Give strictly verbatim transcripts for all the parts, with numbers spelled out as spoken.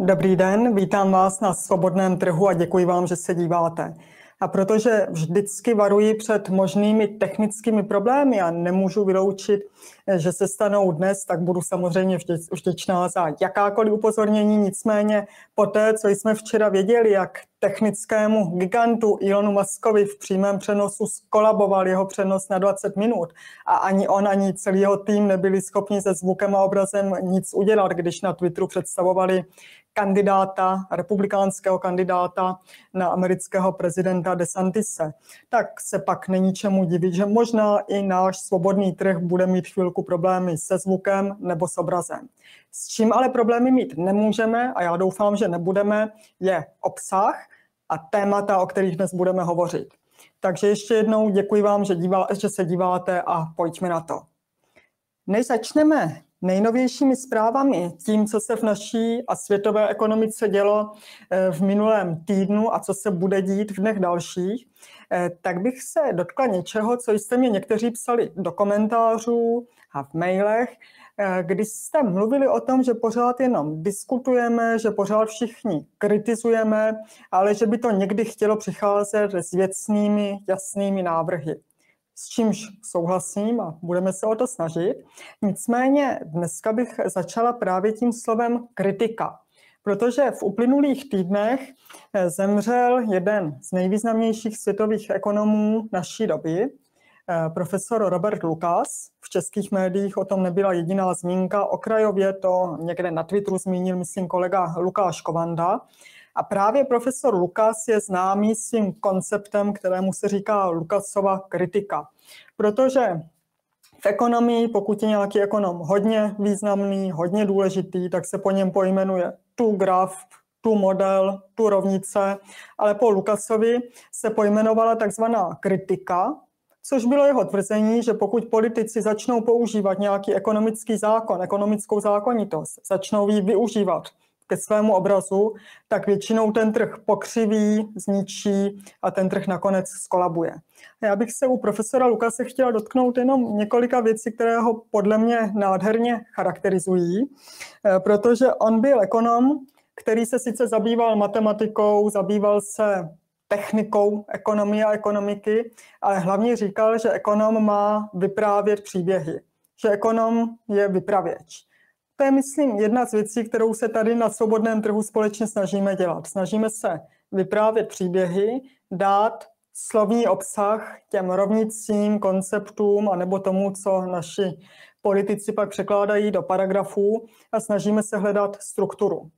Dobrý den, vítám vás na Svobodném trhu a děkuji vám, že se díváte. A protože vždycky varuji před možnými technickými problémy a nemůžu vyloučit, že se stanou dnes, tak budu samozřejmě vděčná za jakákoliv upozornění. Nicméně poté, co jsme včera věděli, jak technickému gigantu Elonu Muskovi v přímém přenosu skolaboval jeho přenos na dvacet minut a ani on, ani celý jeho tým nebyli schopni se zvukem a obrazem nic udělat, když na Twitteru představovali kandidáta, republikánského kandidáta na amerického prezidenta DeSantise, tak se pak není čemu divit, že možná i náš svobodný trh bude mít chvilku problémy se zvukem nebo s obrazem. S čím ale problémy mít nemůžeme, a já doufám, že nebudeme, je obsah a témata, o kterých dnes budeme hovořit. Takže ještě jednou děkuji vám, že, dívá, že se díváte a pojďme na to. Než začneme nejnovějšími zprávami, tím, co se v naší a světové ekonomice dělo v minulém týdnu a co se bude dít v dnech dalších, tak bych se dotkla něčeho, co jste mě někteří psali do komentářů a v mailech, když jste mluvili o tom, že pořád jenom diskutujeme, že pořád všichni kritizujeme, ale že by to někdy chtělo přicházet s věcnými, jasnými návrhy. S čímž souhlasím a budeme se o to snažit. Nicméně dneska bych začala právě tím slovem kritika, protože v uplynulých týdnech zemřel jeden z nejvýznamnějších světových ekonomů naší doby, profesor Robert Lucas. V českých médiích o tom nebyla jediná zmínka, okrajově to někde na Twitteru zmínil, myslím, kolega Lukáš Kovanda. A právě profesor Lucas je známý svým konceptem, kterému se říká Lucasova kritika. Protože v ekonomii, pokud je nějaký ekonom hodně významný, hodně důležitý, tak se po něm pojmenuje tu graf, tu model, tu rovnice, ale po Lucasovi se pojmenovala takzvaná kritika, což bylo jeho tvrzení, že pokud politici začnou používat nějaký ekonomický zákon, ekonomickou zákonitost, začnou ji využívat ke svému obrazu, tak většinou ten trh pokřiví, zničí a ten trh nakonec skolabuje. Já bych se u profesora Lucase chtěla dotknout jenom několika věcí, které ho podle mě nádherně charakterizují, protože on byl ekonom, který se sice zabýval matematikou, zabýval se technikou ekonomie a ekonomiky, ale hlavně říkal, že ekonom má vyprávět příběhy, že ekonom je vypravěč. To je, myslím, jedna z věcí, kterou se tady na svobodném trhu společně snažíme dělat. Snažíme se vyprávět příběhy, dát slovní obsah těm rovnicím, konceptům anebo tomu, co naši politici pak překládají do paragrafů a snažíme se hledat strukturu.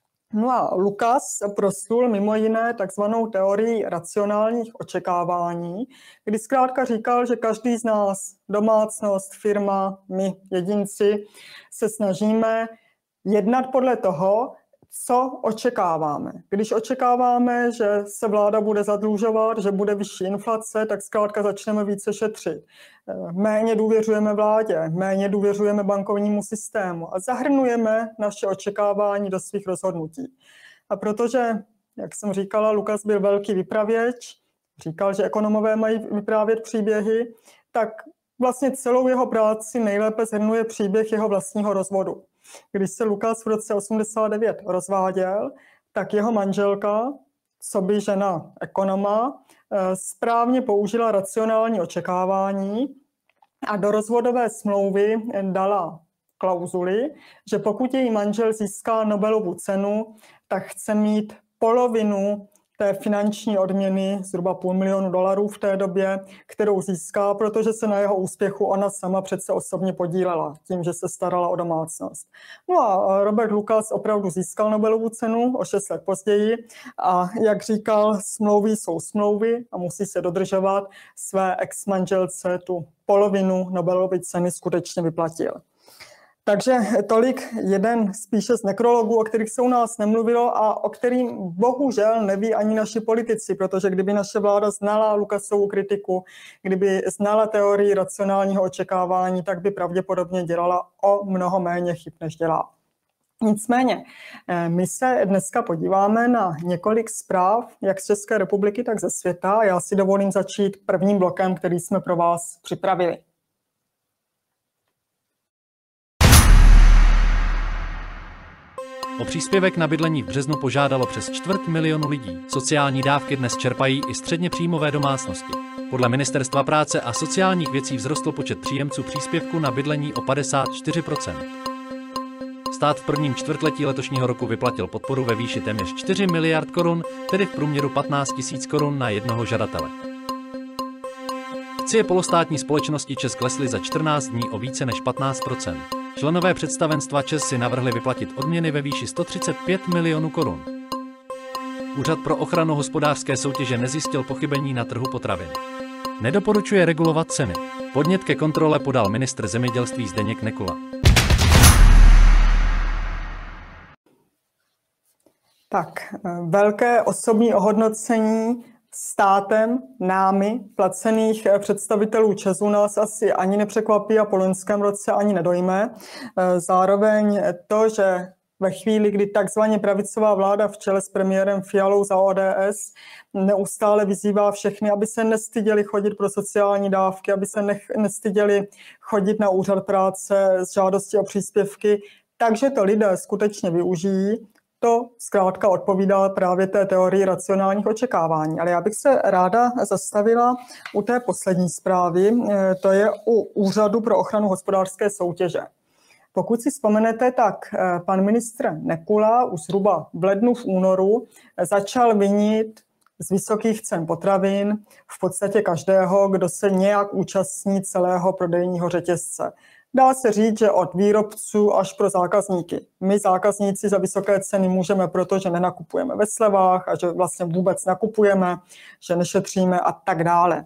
No a Lucas proslul mimo jiné takzvanou teorii racionálních očekávání, kdy zkrátka říkal, že každý z nás, domácnost, firma, my jedinci, se snažíme jednat podle toho, co očekáváme. Když očekáváme, že se vláda bude zadlužovat, že bude vyšší inflace, tak zkrátka začneme více šetřit. Méně důvěřujeme vládě, méně důvěřujeme bankovnímu systému a zahrnujeme naše očekávání do svých rozhodnutí. A protože, jak jsem říkala, Lucas byl velký vypravěč, říkal, že ekonomové mají vyprávět příběhy, tak vlastně celou jeho práci nejlépe shrnuje příběh jeho vlastního rozvodu. Když se Lucas v roce osmdesát devět rozváděl, tak jeho manželka, coby žena ekonoma, správně použila racionální očekávání a do rozvodové smlouvy dala klauzuli, že pokud její manžel získá Nobelovu cenu, tak chce mít polovinu té finanční odměny, zhruba půl milionu dolarů v té době, kterou získá, protože se na jeho úspěchu ona sama přece osobně podílela tím, že se starala o domácnost. No a Robert Lucas opravdu získal Nobelovu cenu o šest let později a jak říkal, smlouvy jsou smlouvy a musí se dodržovat. Své ex-manželce tu polovinu Nobelovy ceny skutečně vyplatil. Takže tolik jeden spíše z nekrologů, o kterých se u nás nemluvilo a o kterým bohužel neví ani naši politici, protože kdyby naše vláda znala Lucasovu kritiku, kdyby znala teorii racionálního očekávání, tak by pravděpodobně dělala o mnoho méně chyb, než dělá. Nicméně, my se dneska podíváme na několik zpráv, jak z České republiky, tak ze světa. Já si dovolím začít prvním blokem, který jsme pro vás připravili. O příspěvek na bydlení v březnu požádalo přes čtvrt milionu lidí. Sociální dávky dnes čerpají i středně příjmové domácnosti. Podle Ministerstva práce a sociálních věcí vzrostl počet příjemců příspěvku na bydlení o padesát čtyři procent. Stát v prvním čtvrtletí letošního roku vyplatil podporu ve výši téměř čtyři miliard korun, tedy v průměru patnáct tisíc korun na jednoho žadatele. Akcie polostátní společnosti ČEZ klesly za čtrnáct dní o více než patnáct procent. Členové představenstva ČEZ si navrhli vyplatit odměny ve výši sto třicet pět milionů korun. Úřad pro ochranu hospodářské soutěže nezjistil pochybení na trhu potravin. Nedoporučuje regulovat ceny. Podnět ke kontrole podal ministr zemědělství Zdeněk Nekula. Tak, velké osobní ohodnocení státem, námi, placených představitelů ČEZu nás asi ani nepřekvapí a po loňském roce ani nedojme. Zároveň to, že ve chvíli, kdy takzvaně pravicová vláda v čele s premiérem Fialou za O D S neustále vyzývá všechny, aby se nestyděli chodit pro sociální dávky, aby se nech, nestyděli chodit na úřad práce s žádostí o příspěvky, takže to lidé skutečně využijí. To zkrátka odpovídá právě té teorii racionálních očekávání. Ale já bych se ráda zastavila u té poslední zprávy, to je u Úřadu pro ochranu hospodářské soutěže. Pokud si vzpomenete, tak pan ministr Nekula už zhruba v lednu, v únoru začal vinit z vysokých cen potravin v podstatě každého, kdo se nějak účastní celého prodejního řetězce. Dá se říct, že od výrobců až pro zákazníky. My zákazníci za vysoké ceny můžeme, protože nenakupujeme ve slevách a že vlastně vůbec nakupujeme, že nešetříme a tak dále.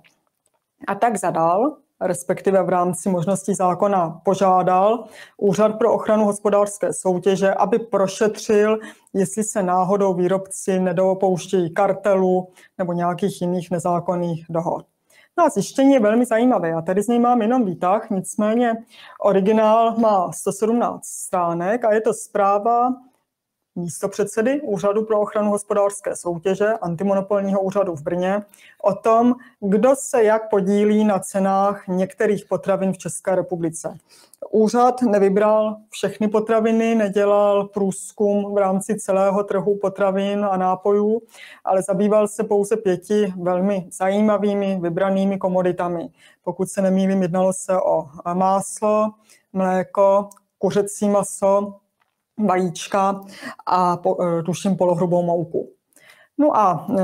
A tak zadal, respektive v rámci možností zákona požádal Úřad pro ochranu hospodářské soutěže, aby prošetřil, jestli se náhodou výrobci nedopouštějí kartelu nebo nějakých jiných nezákonných dohod. No a zjištění je velmi zajímavé. Já tady z něj mám jenom výtah, nicméně originál má sto sedmnáct stránek a je to zpráva místopředsedy Úřadu pro ochranu hospodářské soutěže, antimonopolního úřadu v Brně, o tom, kdo se jak podílí na cenách některých potravin v České republice. Úřad nevybral všechny potraviny, nedělal průzkum v rámci celého trhu potravin a nápojů, ale zabýval se pouze pěti velmi zajímavými vybranými komoditami. Pokud se nemýlím, jednalo se o máslo, mléko, kuřecí maso, vajíčka a po, tuším polohrubou mouku. No a e,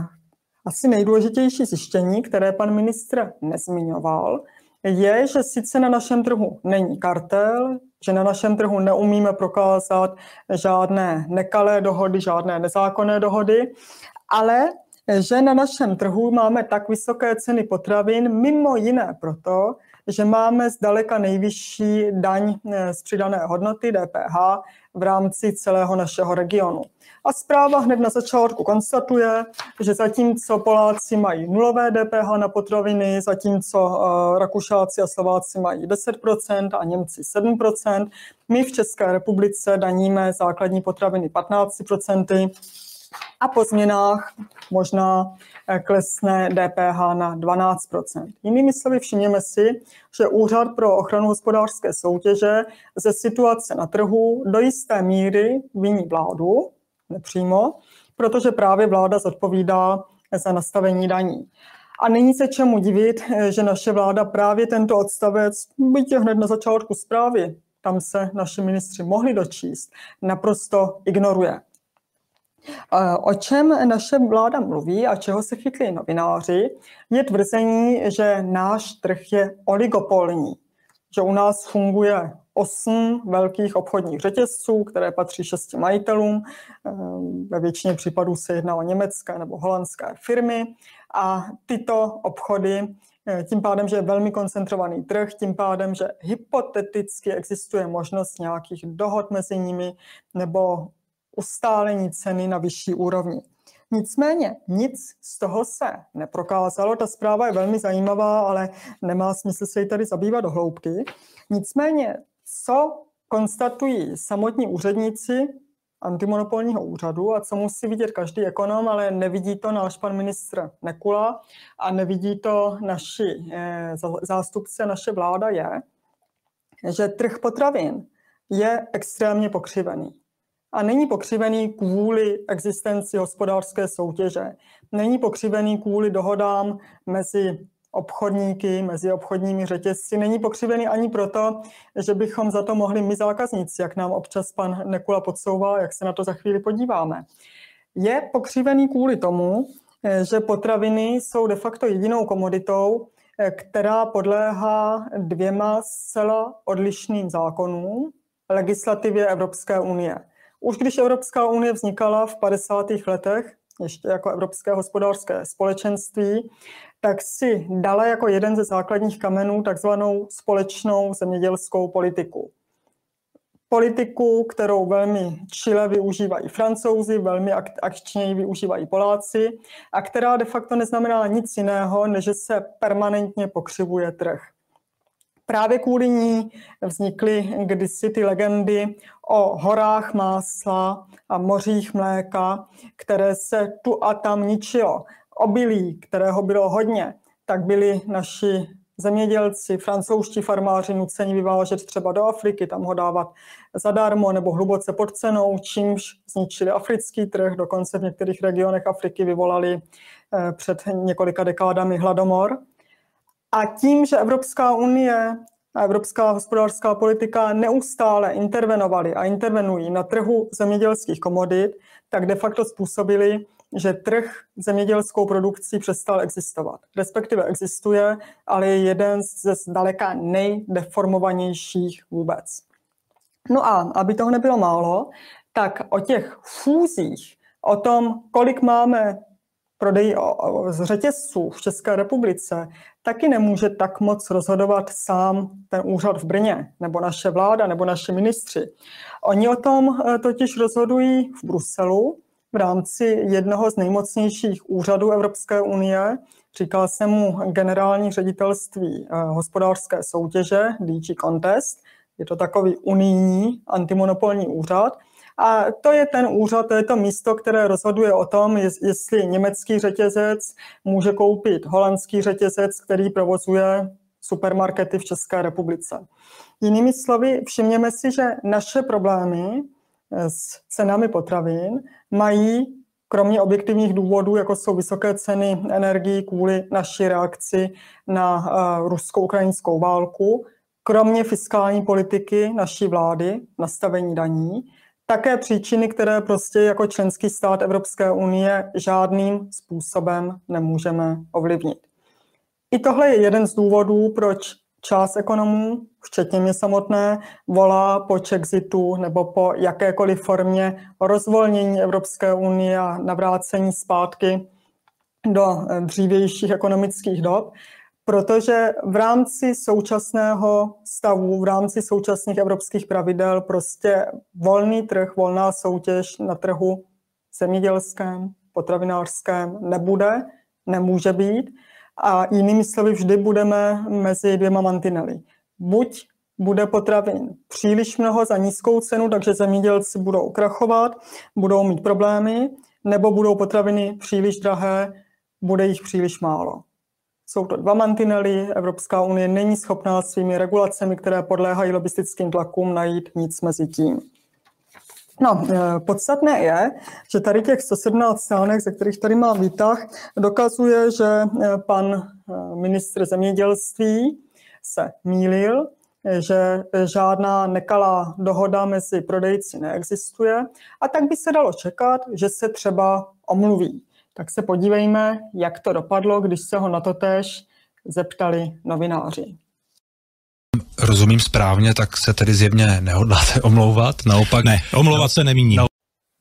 asi nejdůležitější zjištění, které pan ministr nezmiňoval, je, že sice na našem trhu není kartel, že na našem trhu neumíme prokázat žádné nekalé dohody, žádné nezákonné dohody, ale že na našem trhu máme tak vysoké ceny potravin, mimo jiné proto, že máme zdaleka nejvyšší daň z přidané hodnoty, D P H, v rámci celého našeho regionu. A zpráva hned na začátku konstatuje, že zatímco Poláci mají nulové D P H na potraviny, zatímco Rakušáci a Slováci mají deset procent a Němci sedm procent, my v České republice daníme základní potraviny patnáct procent a po změnách možná klesne D P H na dvanáct procent. Jinými slovy všimněme si, že Úřad pro ochranu hospodářské soutěže ze situace na trhu do jisté míry viní vládu, nepřímo, protože právě vláda zodpovídá za nastavení daní. A není se čemu divit, že naše vláda právě tento odstavec, byť je hned na začátku zprávy, tam se naši ministři mohli dočíst, naprosto ignoruje. O čem naše vláda mluví a čeho se chytli novináři, je tvrzení, že náš trh je oligopolní, že u nás funguje osm velkých obchodních řetězců, které patří šesti majitelům. Ve většině případů se jedná o německé nebo holandské firmy a tyto obchody tím pádem, že je velmi koncentrovaný trh, tím pádem, že hypoteticky existuje možnost nějakých dohod mezi nimi nebo ustálení ceny na vyšší úrovni. Nicméně nic z toho se neprokázalo. Ta zpráva je velmi zajímavá, ale nemá smysl se ji tady zabývat do hloubky. Nicméně, co konstatují samotní úředníci antimonopolního úřadu a co musí vidět každý ekonom, ale nevidí to náš pan ministr Nekula a nevidí to naši eh, zástupce, naše vláda, je, že trh potravin je extrémně pokřivený. a není pokřivený kvůli existenci hospodářské soutěže. Není pokřivený kvůli dohodám mezi obchodníky, mezi obchodními řetězci. Není pokřivený ani proto, že bychom za to mohli my zákazníci, jak nám občas pan Nekula podsouvá, jak se na to za chvíli podíváme. Je pokřivený kvůli tomu, že potraviny jsou de facto jedinou komoditou, která podléhá dvěma zcela odlišným zákonům, legislativě Evropské unie. Už když Evropská unie vznikala v padesátých letech, ještě jako Evropské hospodářské společenství, tak si dala jako jeden ze základních kamenů takzvanou společnou zemědělskou politiku. Politiku, kterou velmi čile využívají Francouzi, velmi akčněji využívají Poláci a která de facto neznamená nic jiného, než že se permanentně pokřivuje trh. Právě kvůli ní vznikly kdysi ty legendy o horách másla a mořích mléka, které se tu a tam ničilo. Obilí, kterého bylo hodně, tak byli naši zemědělci, francouzští farmáři nuceni vyvážet třeba do Afriky, tam ho dávat zadarmo nebo hluboce pod cenou, čímž zničili africký trh, dokonce v některých regionech Afriky vyvolali před několika dekádami hladomor. A tím, že Evropská unie a evropská hospodářská politika neustále intervenovaly a intervenují na trhu zemědělských komodit, tak de facto způsobili, že trh zemědělskou produkcí přestal existovat. Respektive existuje, ale je jeden ze zdaleka nejdeformovanějších vůbec. No a aby toho nebylo málo, tak o těch fúzích, o tom, kolik máme prodej z řetězců v České republice, taky nemůže tak moc rozhodovat sám ten úřad v Brně, nebo naše vláda, nebo naši ministři. Oni o tom totiž rozhodují v Bruselu v rámci jednoho z nejmocnějších úřadů Evropské unie. Říkal jsem mu generální ředitelství hospodářské soutěže, D G Contest. Je to takový unijní antimonopolní úřad. A to je ten úřad, to je to místo, které rozhoduje o tom, jestli německý řetězec může koupit holandský řetězec, který provozuje supermarkety v České republice. Jinými slovy, všimněme si, že naše problémy s cenami potravin mají, kromě objektivních důvodů, jako jsou vysoké ceny energií kvůli naší reakci na uh, rusko-ukrajinskou válku, kromě fiskální politiky naší vlády, nastavení daní, také příčiny, které prostě jako členský stát Evropské unie žádným způsobem nemůžeme ovlivnit. I tohle je jeden z důvodů, proč část ekonomů, včetně mě samotné, volá po Czexitu nebo po jakékoliv formě rozvolnění Evropské unie a navrácení zpátky do dřívějších ekonomických dob, protože v rámci současného stavu, v rámci současných evropských pravidel prostě volný trh, volná soutěž na trhu zemědělském, potravinářském nebude, nemůže být. A jinými slovy vždy budeme mezi dvěma mantinely. Buď bude potravin příliš mnoho za nízkou cenu, takže zemědělci budou krachovat, budou mít problémy, nebo budou potraviny příliš drahé, bude jich příliš málo. Jsou to dva mantinely, Evropská unie není schopná svými regulacemi, které podléhají lobistickým tlakům, najít nic mezi tím. No, podstatné je, že tady těch sto sedmnáct stránek, ze kterých tady mám výtah, dokazuje, že pan ministr zemědělství se mýlil, že žádná nekalá dohoda mezi prodejci neexistuje a tak by se dalo čekat, že se třeba omluví. Tak se podívejme, jak to dopadlo, když se ho na to též zeptali novináři. Rozumím správně, tak se tedy zjevně nehodláte omlouvat, naopak... Ne, omlouvat se nemíní. No.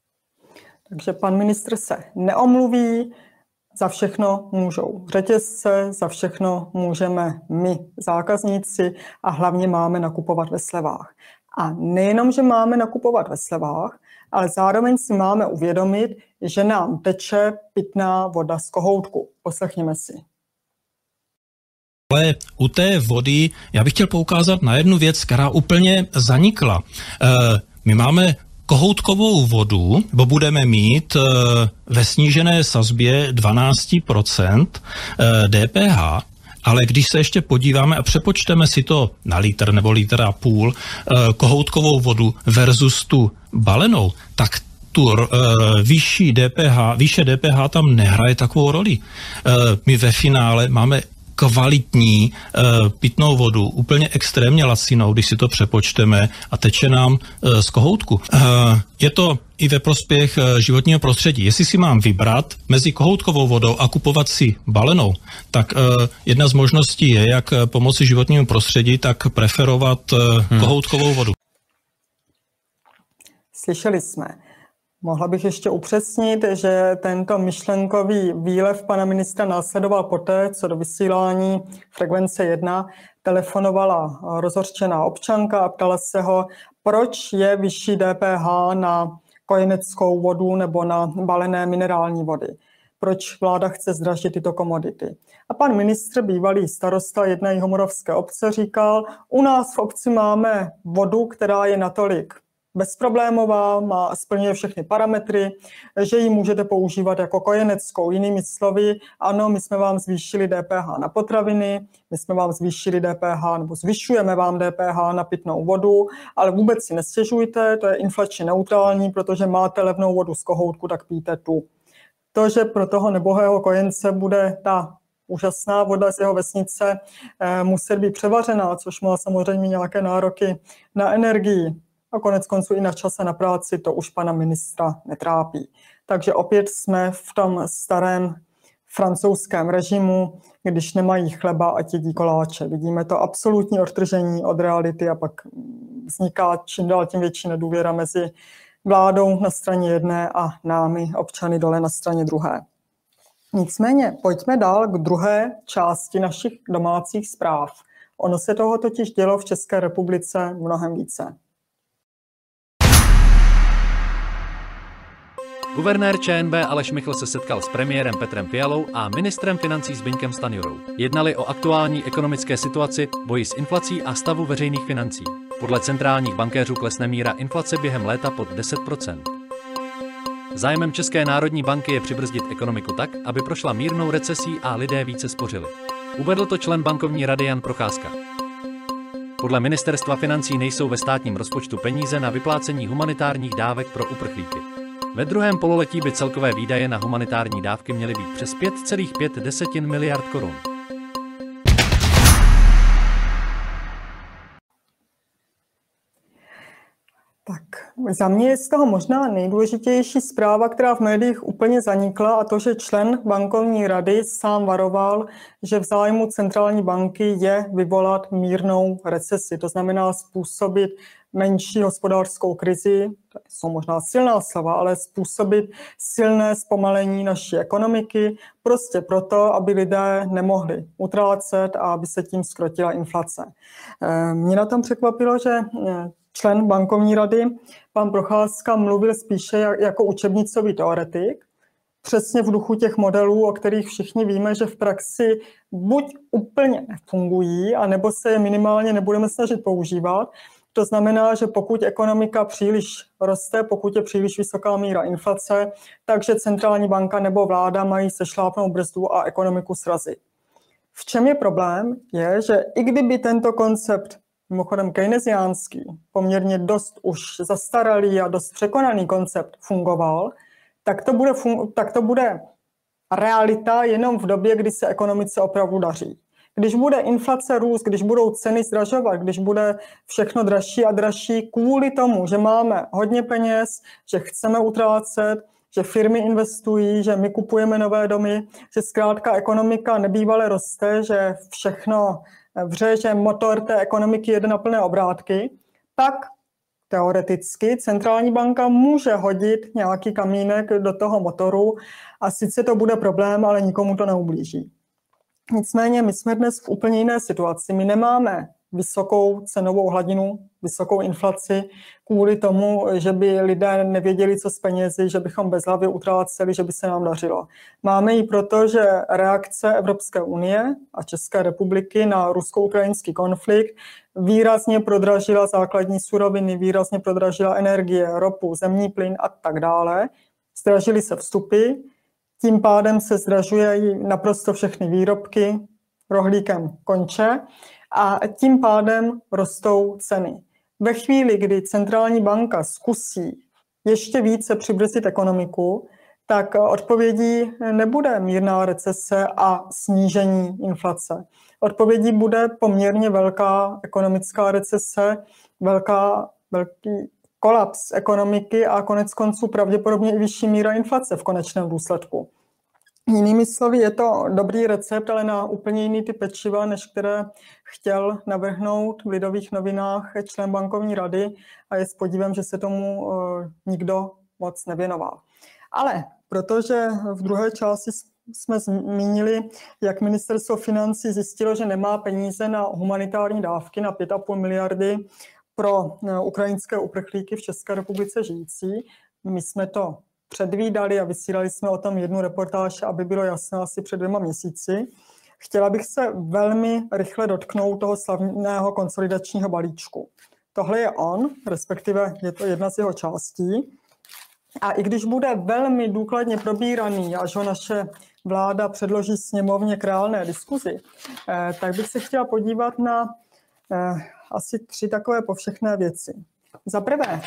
Takže pan ministr se neomluví, za všechno můžou řetězce, za všechno můžeme my, zákazníci, a hlavně máme nakupovat ve slevách. A nejenom, že máme nakupovat ve slevách, ale zároveň si máme uvědomit, že nám teče pitná voda z kohoutku. Poslechněme si. Ale u té vody já bych chtěl poukázat na jednu věc, která úplně zanikla. E, my máme kohoutkovou vodu, bo budeme mít e, ve snížené sazbě dvanáct procent e, D P H ale když se ještě podíváme a přepočteme si to na litr nebo litr a půl kohoutkovou vodu versus tu balenou, tak tu uh, vyšší D P H, výše D P H tam nehraje takovou roli. Uh, my ve finále máme kvalitní uh, pitnou vodu, úplně extrémně lacinou, když si to přepočteme a teče nám uh, z kohoutku. Uh, je to i ve prospěch uh, životního prostředí. Jestli si mám vybrat mezi kohoutkovou vodou a kupovat si balenou, tak uh, jedna z možností je, jak pomoci životnímu prostředí, tak preferovat uh, hmm. kohoutkovou vodu. Slyšeli jsme. Mohla bych ještě upřesnit, že tento myšlenkový výlev pana ministra následoval poté, co do vysílání Frekvence jedna telefonovala rozhořčená občanka a ptala se ho, proč je vyšší D P H na kojeneckou vodu nebo na balené minerální vody. Proč vláda chce zdražit tyto komodity. A pan ministr, bývalý starosta jedné jihomoravské obce, říkal, u nás v obci máme vodu, která je natolik bezproblémová, má, splňuje všechny parametry, že ji můžete používat jako kojeneckou. Jinými slovy, ano, my jsme vám zvýšili D P H na potraviny, my jsme vám zvýšili D P H, nebo zvyšujeme vám D P H na pitnou vodu, ale vůbec si nestěžujte, to je inflačně neutrální, protože máte levnou vodu z kohoutku, tak pijte tu. To, že pro toho nebohého kojence bude ta úžasná voda z jeho vesnice eh, muset být převařená, což má samozřejmě nějaké nároky na energii, a konec konců i na čase na práci, to už pana ministra netrápí. Takže opět jsme v tom starém francouzském režimu, když nemají chleba a jedí koláče. Vidíme to absolutní odtržení od reality a pak vzniká čím dál tím větší nedůvěra mezi vládou na straně jedné a námi, občany dole na straně druhé. Nicméně pojďme dál k druhé části našich domácích zpráv. Ono se toho totiž dělo v České republice mnohem více. Guvernér Č N B Aleš Michl se setkal s premiérem Petrem Fialou a ministrem financí Zbyňkem Stanjurou. Jednali o aktuální ekonomické situaci, boji s inflací a stavu veřejných financí. Podle centrálních bankéřů klesne míra inflace během léta pod deset procent. Zájmem České národní banky je přibrzdit ekonomiku tak, aby prošla mírnou recesí a lidé více spořili. Uvedl to člen bankovní rady Jan Procházka. Podle ministerstva financí nejsou ve státním rozpočtu peníze na vyplácení humanitárních dávek pro uprchlíky. Ve druhém pololetí by celkové výdaje na humanitární dávky měly být přes pět celá pět miliard korun. Tak za mě je z toho možná nejdůležitější zpráva, která v médiích úplně zanikla, a to, že člen bankovní rady sám varoval, že v zájmu centrální banky je vyvolat mírnou recesi. To znamená způsobit menší hospodářskou krizi, to jsou možná silná slova, ale způsobit silné zpomalení naší ekonomiky, prostě proto, aby lidé nemohli utrácet a aby se tím zkrotila inflace. Mě na tom překvapilo, že člen bankovní rady, pan Procházka, mluvil spíše jako učebnicový teoretik, přesně v duchu těch modelů, o kterých všichni víme, že v praxi buď úplně nefungují, anebo se je minimálně nebudeme snažit používat. To znamená, že pokud ekonomika příliš roste, pokud je příliš vysoká míra inflace, takže centrální banka nebo vláda mají sešlápnout brzdu a ekonomiku srazit. V čem je problém, je, že i kdyby tento koncept, mimochodem keynesiánský, poměrně dost už zastaralý a dost překonaný koncept fungoval, tak to bude, fun- tak to bude realita jenom v době, kdy se ekonomice opravdu daří. Když bude inflace růst, když budou ceny zdražovat, když bude všechno dražší a dražší kvůli tomu, že máme hodně peněz, že chceme utrácet, že firmy investují, že my kupujeme nové domy, že zkrátka ekonomika nebývale roste, že všechno vře, že motor té ekonomiky jede na plné obrátky, tak teoreticky centrální banka může hodit nějaký kamínek do toho motoru a sice to bude problém, ale nikomu to neublíží. Nicméně my jsme dnes v úplně jiné situaci. My nemáme vysokou cenovou hladinu, vysokou inflaci kvůli tomu, že by lidé nevěděli, co s penězi, že bychom bezhlavě utráceli, že by se nám dařilo. Máme ji proto, že reakce Evropské unie a České republiky na rusko-ukrajinský konflikt výrazně prodražila základní suroviny, výrazně prodražila energie, ropu, zemní plyn a tak dále. Zdražily se vstupy, tím pádem se zdražují naprosto všechny výrobky, rohlíkem konče a tím pádem rostou ceny. Ve chvíli, kdy centrální banka zkusí ještě více přibrzdit ekonomiku, tak odpovědí nebude mírná recese a snížení inflace. Odpovědí bude poměrně velká ekonomická recese, velká, velký kolaps ekonomiky a konec konců pravděpodobně i vyšší míra inflace v konečném důsledku. Jinými slovy, je to dobrý recept, ale na úplně jiný typ pečiva, než které chtěl navrhnout v Lidových novinách člen bankovní rady a je s podívem, že se tomu uh, nikdo moc nevěnoval. Ale protože v druhé části jsme zmínili, jak ministerstvo financí zjistilo, že nemá peníze na humanitární dávky na pět a půl miliardy pro ukrajinské uprchlíky v České republice žijící. My jsme to předvídali a vysílali jsme o tom jednu reportáž, aby bylo jasné asi před dvěma měsíci. Chtěla bych se velmi rychle dotknout toho slavného konsolidačního balíčku. Tohle je on, respektive je to jedna z jeho částí. A i když bude velmi důkladně probíraný, až ho naše vláda předloží sněmovně k reálné diskuzi, tak bych se chtěla podívat na asi tři takové povšechné věci. Za prvé,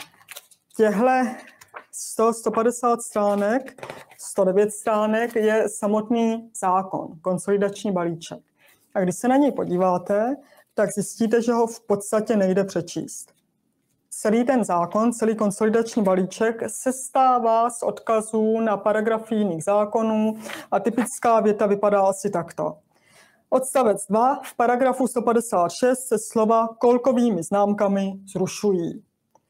těhle sto, sto padesát stránek, sto devět stránek je samotný zákon, konsolidační balíček. A když se na něj podíváte, tak zjistíte, že ho v podstatě nejde přečíst. Celý ten zákon, celý konsolidační balíček sestává z odkazů na paragrafy jiných zákonů a typická věta vypadá asi takto. Odstavec dva. V paragrafu sto padesát šest se slova kolkovými známkami zrušují.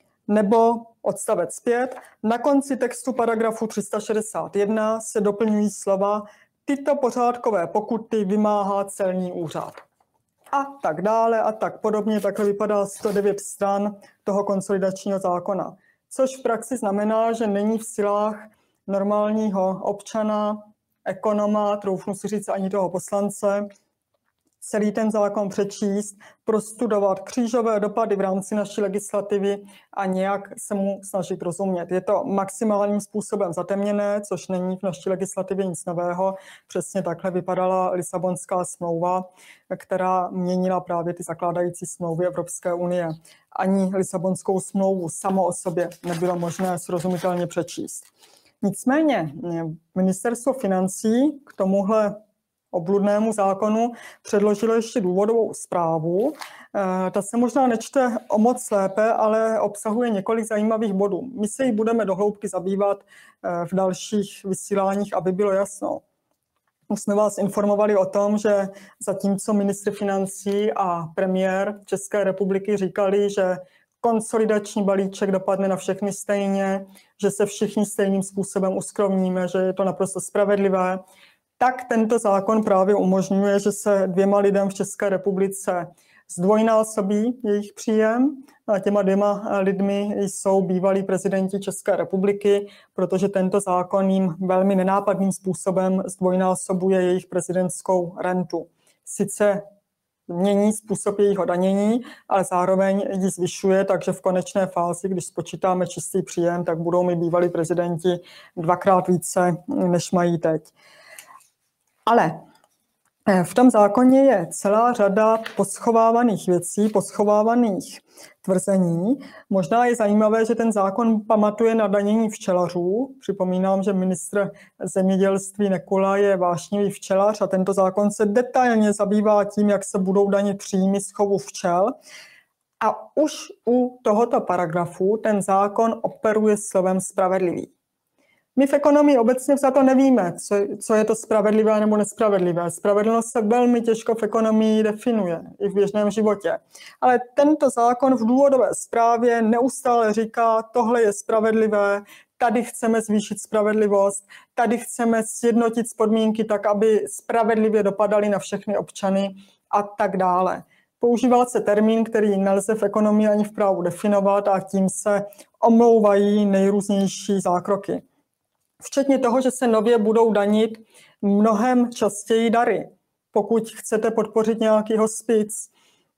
Nebo odstavec pět. Na konci textu paragrafu tři sta šedesát jedna se doplňují slova tyto pořádkové pokuty vymáhá celní úřad. A tak dále a tak podobně. Takhle vypadá sto devět stran toho konsolidačního zákona. Což v praxi znamená, že není v silách normálního občana, ekonoma, troufnu si říct ani toho poslance, celý ten zákon přečíst, prostudovat křížové dopady v rámci naší legislativy a nějak se mu snažit rozumět. Je to maximálním způsobem zatemněné, což není v naší legislativě nic nového. Přesně takhle vypadala Lisabonská smlouva, která měnila právě ty zakládající smlouvy Evropské unie. Ani Lisabonskou smlouvu samo o sobě nebylo možné srozumitelně přečíst. Nicméně ministerstvo financí k tomuhle obludnému zákonu předložilo ještě důvodovou zprávu. Ta se možná nečte o moc lépe, ale obsahuje několik zajímavých bodů. My se jí budeme do hloubky zabývat v dalších vysíláních, aby bylo jasno. Už jsme vás informovali o tom, že zatímco ministr financí a premiér České republiky říkali, že konsolidační balíček dopadne na všechny stejně, že se všichni stejným způsobem uskromníme, že je to naprosto spravedlivé, tak tento zákon právě umožňuje, že se dvěma lidem v České republice zdvojnásobí jejich příjem. A těma dvěma lidmi jsou bývalí prezidenti České republiky, protože tento zákon jim velmi nenápadným způsobem zdvojnásobuje jejich prezidentskou rentu. Sice mění způsob jejího danění, ale zároveň ji zvyšuje, takže v konečné fázi, když spočítáme čistý příjem, tak budou mi bývalí prezidenti dvakrát více, než mají teď. Ale v tom zákoně je celá řada poschovávaných věcí, poschovávaných tvrzení. Možná je zajímavé, že ten zákon pamatuje na danění včelařů. Připomínám, že ministr zemědělství Nekula je vášnivý včelař a tento zákon se detailně zabývá tím, jak se budou danit příjmy z chovu včel. A už u tohoto paragrafu ten zákon operuje slovem spravedlivý. My v ekonomii obecně za to nevíme, co, co je to spravedlivé nebo nespravedlivé. Spravedlnost se velmi těžko v ekonomii definuje, i v běžném životě. Ale tento zákon v důvodové zprávě neustále říká, tohle je spravedlivé, tady chceme zvýšit spravedlivost, tady chceme sjednotit podmínky tak, aby spravedlivě dopadaly na všechny občany a tak dále. Používá se termín, který nelze v ekonomii ani v právu definovat a tím se omlouvají nejrůznější zákroky. Včetně toho, že se nově budou danit mnohem častěji dary. Pokud chcete podpořit nějaký hospic,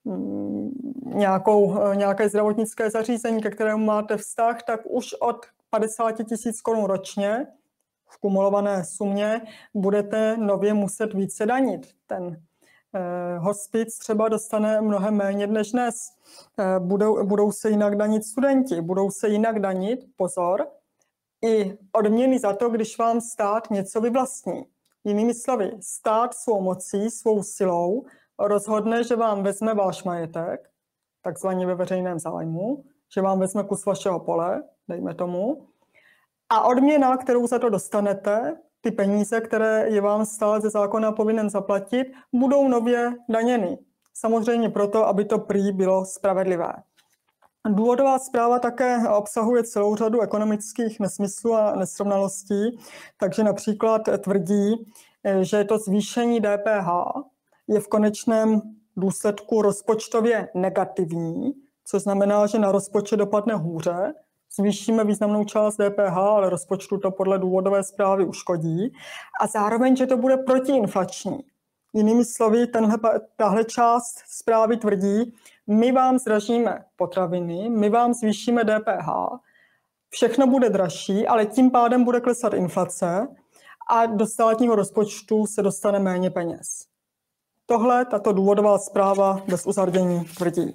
nějakou, nějaké zdravotnické zařízení, ke kterému máte vztah, tak už od padesát tisíc korun ročně v kumulované sumě budete nově muset více danit. Ten Hospic třeba dostane mnohem méně než dnes. Budou, budou se jinak danit studenti, budou se jinak danit, pozor, i odměny za to, když vám stát něco vyvlastní. Jinými slovy, stát svou mocí, svou silou rozhodne, že vám vezme váš majetek, takzvaně ve veřejném zájmu, že vám vezme kus vašeho pole, dejme tomu, a odměna, kterou za to dostanete, ty peníze, které je vám stát ze zákona povinen zaplatit, budou nově daněny. Samozřejmě proto, aby to prý bylo spravedlivé. Důvodová zpráva také obsahuje celou řadu ekonomických nesmyslů a nesrovnalostí, takže například tvrdí, že to zvýšení D P H je v konečném důsledku rozpočtově negativní, což znamená, že na rozpočet dopadne hůře. Zvýšíme významnou část D P H, ale rozpočtu to podle důvodové zprávy uškodí. A zároveň, že to bude protiinflační. Jinými slovy, tenhle, tahle část zprávy tvrdí, my vám zdražíme potraviny, my vám zvýšíme D P H, všechno bude dražší, ale tím pádem bude klesat inflace a do státního rozpočtu se dostane méně peněz. Tohle tato důvodová zpráva bez uzardění tvrdí.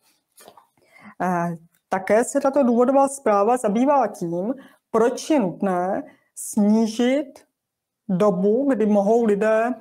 Také se tato důvodová zpráva zabývá tím, proč je nutné snížit dobu, kdy mohou lidé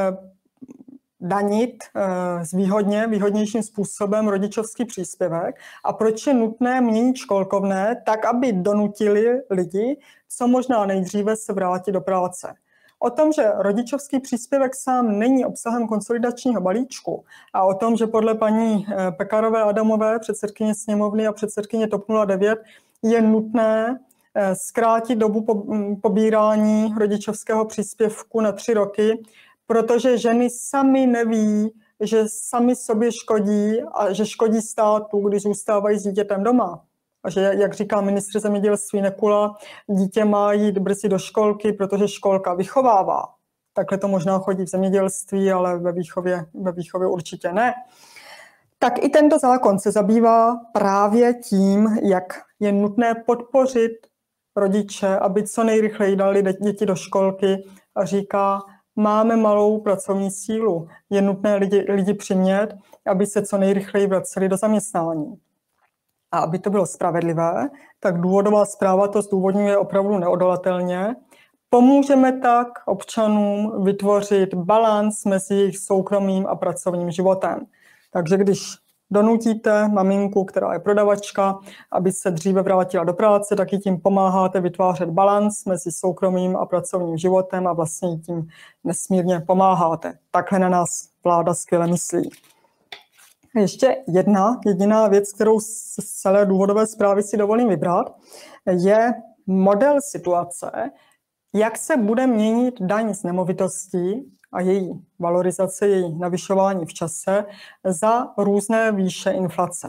danit zvýhodně, výhodnějším způsobem rodičovský příspěvek a proč je nutné měnit školkovné tak, aby donutili lidi co možná nejdříve se vrátit do práce. O tom, že rodičovský příspěvek sám není obsahem konsolidačního balíčku a o tom, že podle paní Pekarové Adamové, předsedkyně sněmovny a předsedkyně TOP nula devět, je nutné zkrátit dobu pobírání rodičovského příspěvku na tři roky, protože ženy sami neví, že sami sobě škodí a že škodí státu, když zůstávají s dítětem doma. A že, jak říká ministr zemědělství Nekula, dítě má jít brzy do školky, protože školka vychovává. Takhle to možná chodí v zemědělství, ale ve výchově, ve výchově určitě ne. Tak i tento zákon se zabývá právě tím, jak je nutné podpořit rodiče, aby co nejrychleji dali děti do školky, a říká, máme malou pracovní sílu, je nutné lidi, lidi přimět, aby se co nejrychleji vraceli do zaměstnání. A aby to bylo spravedlivé, tak důvodová zpráva to zdůvodňuje opravdu neodolatelně. Pomůžeme tak občanům vytvořit balanc mezi jejich soukromým a pracovním životem. Takže když donutíte maminku, která je prodavačka, aby se dříve vrátila do práce, tak i tím pomáháte vytvářet balanc mezi soukromým a pracovním životem a vlastně tím nesmírně pomáháte. Takhle na nás vláda skvěle myslí. Ještě jedna jediná věc, kterou z celé důvodové zprávy si dovolím vybrat, je model situace, jak se bude měnit daň z nemovitostí a její valorizace, její navyšování v čase za různé výše inflace.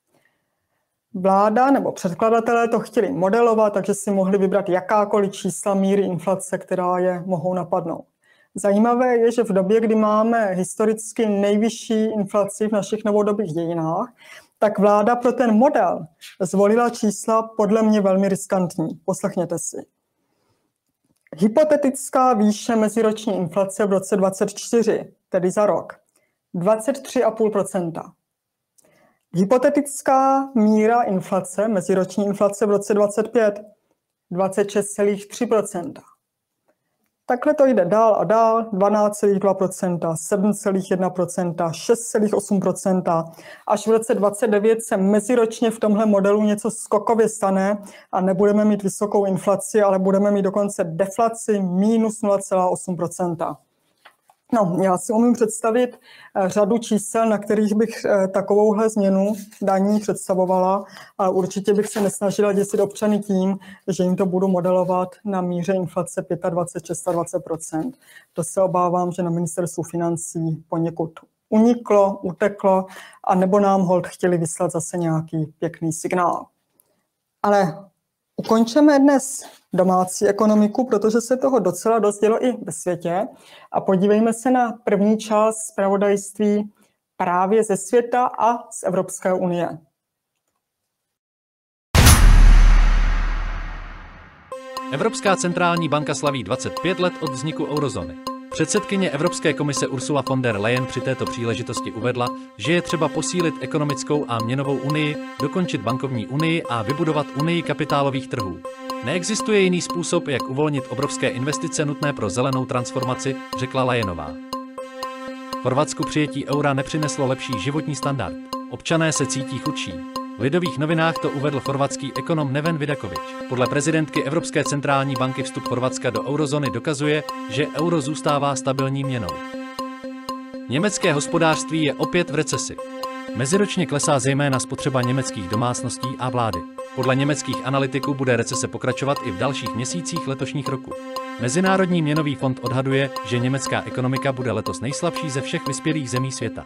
Vláda nebo předkladatelé to chtěli modelovat, takže si mohli vybrat jakákoliv čísla míry inflace, která je mohou napadnout. Zajímavé je, že v době, kdy máme historicky nejvyšší inflaci v našich novodobých dějinách, tak vláda pro ten model zvolila čísla podle mě velmi riskantní. Poslechněte si. Hypotetická výše meziroční inflace v roce dvacet čtyři, tedy za rok, dvacet tři celá pět procenta. Hypotetická míra inflace, meziroční inflace v roce dvacet pět, dvacet šest celá tři procenta. Takhle to jde dál a dál, dvanáct celá dva procenta, sedm celá jedna procenta, šest celá osm procenta. Až v roce dvacet devět se meziročně v tomhle modelu něco skokově stane a nebudeme mít vysokou inflaci, ale budeme mít dokonce deflaci minus nula celá osm procenta. No, já si umím představit řadu čísel, na kterých bych takovouhle změnu daní představovala, ale určitě bych se nesnažila děsit občany tím, že jim to budu modelovat na míře inflace dvacet pět až dvacet šest procent. To se obávám, že na ministerstvu financí poněkud uniklo, uteklo, a nebo nám holt chtěli vyslat zase nějaký pěkný signál. Ale ukončeme dnes domácí ekonomiku, protože se toho docela dost dělo i ve světě, a podívejme se na první část zpravodajství právě ze světa a z Evropské unie. Evropská centrální banka slaví dvacet pět let od vzniku eurozóny. Předsedkyně Evropské komise Ursula von der Leyen při této příležitosti uvedla, že je třeba posílit ekonomickou a měnovou unii, dokončit bankovní unii a vybudovat unii kapitálových trhů. Neexistuje jiný způsob, jak uvolnit obrovské investice nutné pro zelenou transformaci, řekla Leyenová. Chorvatsku přijetí eura nepřineslo lepší životní standard. Občané se cítí chudší. V Lidových novinách to uvedl chorvatský ekonom Neven Vidaković. Podle prezidentky Evropské centrální banky vstup Chorvatska do eurozóny dokazuje, že euro zůstává stabilní měnou. Německé hospodářství je opět v recesi. Meziročně klesá zejména spotřeba německých domácností a vlády. Podle německých analytiků bude recese pokračovat i v dalších měsících letošních roku. Mezinárodní měnový fond odhaduje, že německá ekonomika bude letos nejslabší ze všech vyspělých zemí světa.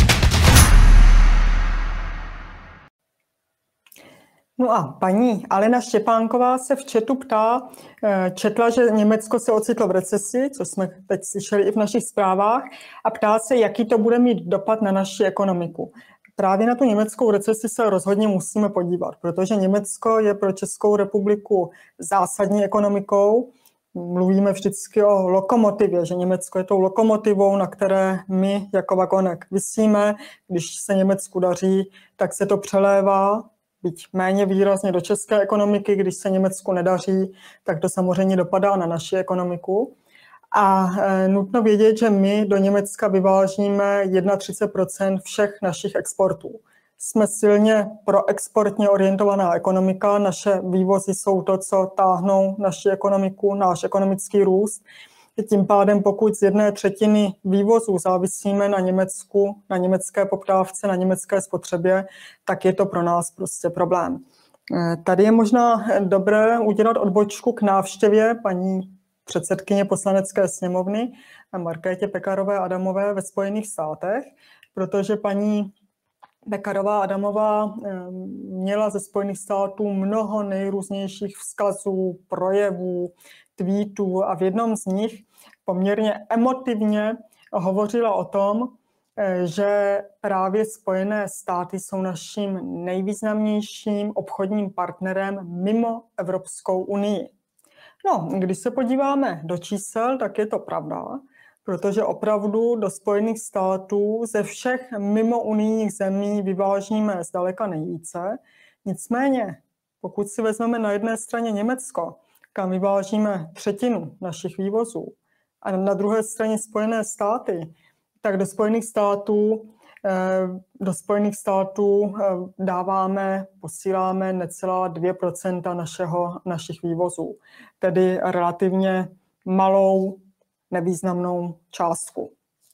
No a paní Alena Štěpánková se v chatu ptá, četla, že Německo se ocitlo v recesi, což jsme teď slyšeli i v našich zprávách, a ptá se, jaký to bude mít dopad na naši ekonomiku. Právě na tu německou recesi se rozhodně musíme podívat, protože Německo je pro Českou republiku zásadní ekonomikou. Mluvíme vždycky o lokomotivě, že Německo je tou lokomotivou, na které my jako vagonek visíme. Když se Německu daří, tak se to přelévá, byť méně výrazně do české ekonomiky. Když se Německu nedaří, tak to samozřejmě dopadá na naši ekonomiku. A nutno vědět, že my do Německa vyvážíme třicet jedna procent všech našich exportů. Jsme silně proexportně orientovaná ekonomika, naše vývozy jsou to, co táhnou naši ekonomiku, náš ekonomický růst. Tím pádem, pokud z jedné třetiny vývozů závisíme na Německu, na německé poptávce, na německé spotřebě, tak je to pro nás prostě problém. Tady je možná dobré udělat odbočku k návštěvě paní předsedkyně Poslanecké sněmovny Markétě Pekarové Adamové ve Spojených státech, protože paní Pekarová Adamová měla ze Spojených států mnoho nejrůznějších vzkazů, projevů, tweetů a v jednom z nich poměrně emotivně hovořila o tom, že právě Spojené státy jsou naším nejvýznamnějším obchodním partnerem mimo Evropskou unii. No, když se podíváme do čísel, tak je to pravda, protože opravdu do Spojených států ze všech mimounijních zemí vyvážíme zdaleka nejvíce. Nicméně, pokud si vezmeme na jedné straně Německo, kam vyvážíme třetinu našich vývozů, a na druhé straně Spojené státy, tak do Spojených států, do Spojených států dáváme, posíláme necelá dvě procenta našeho, našich vývozů, tedy relativně malou, nevýznamnou částku.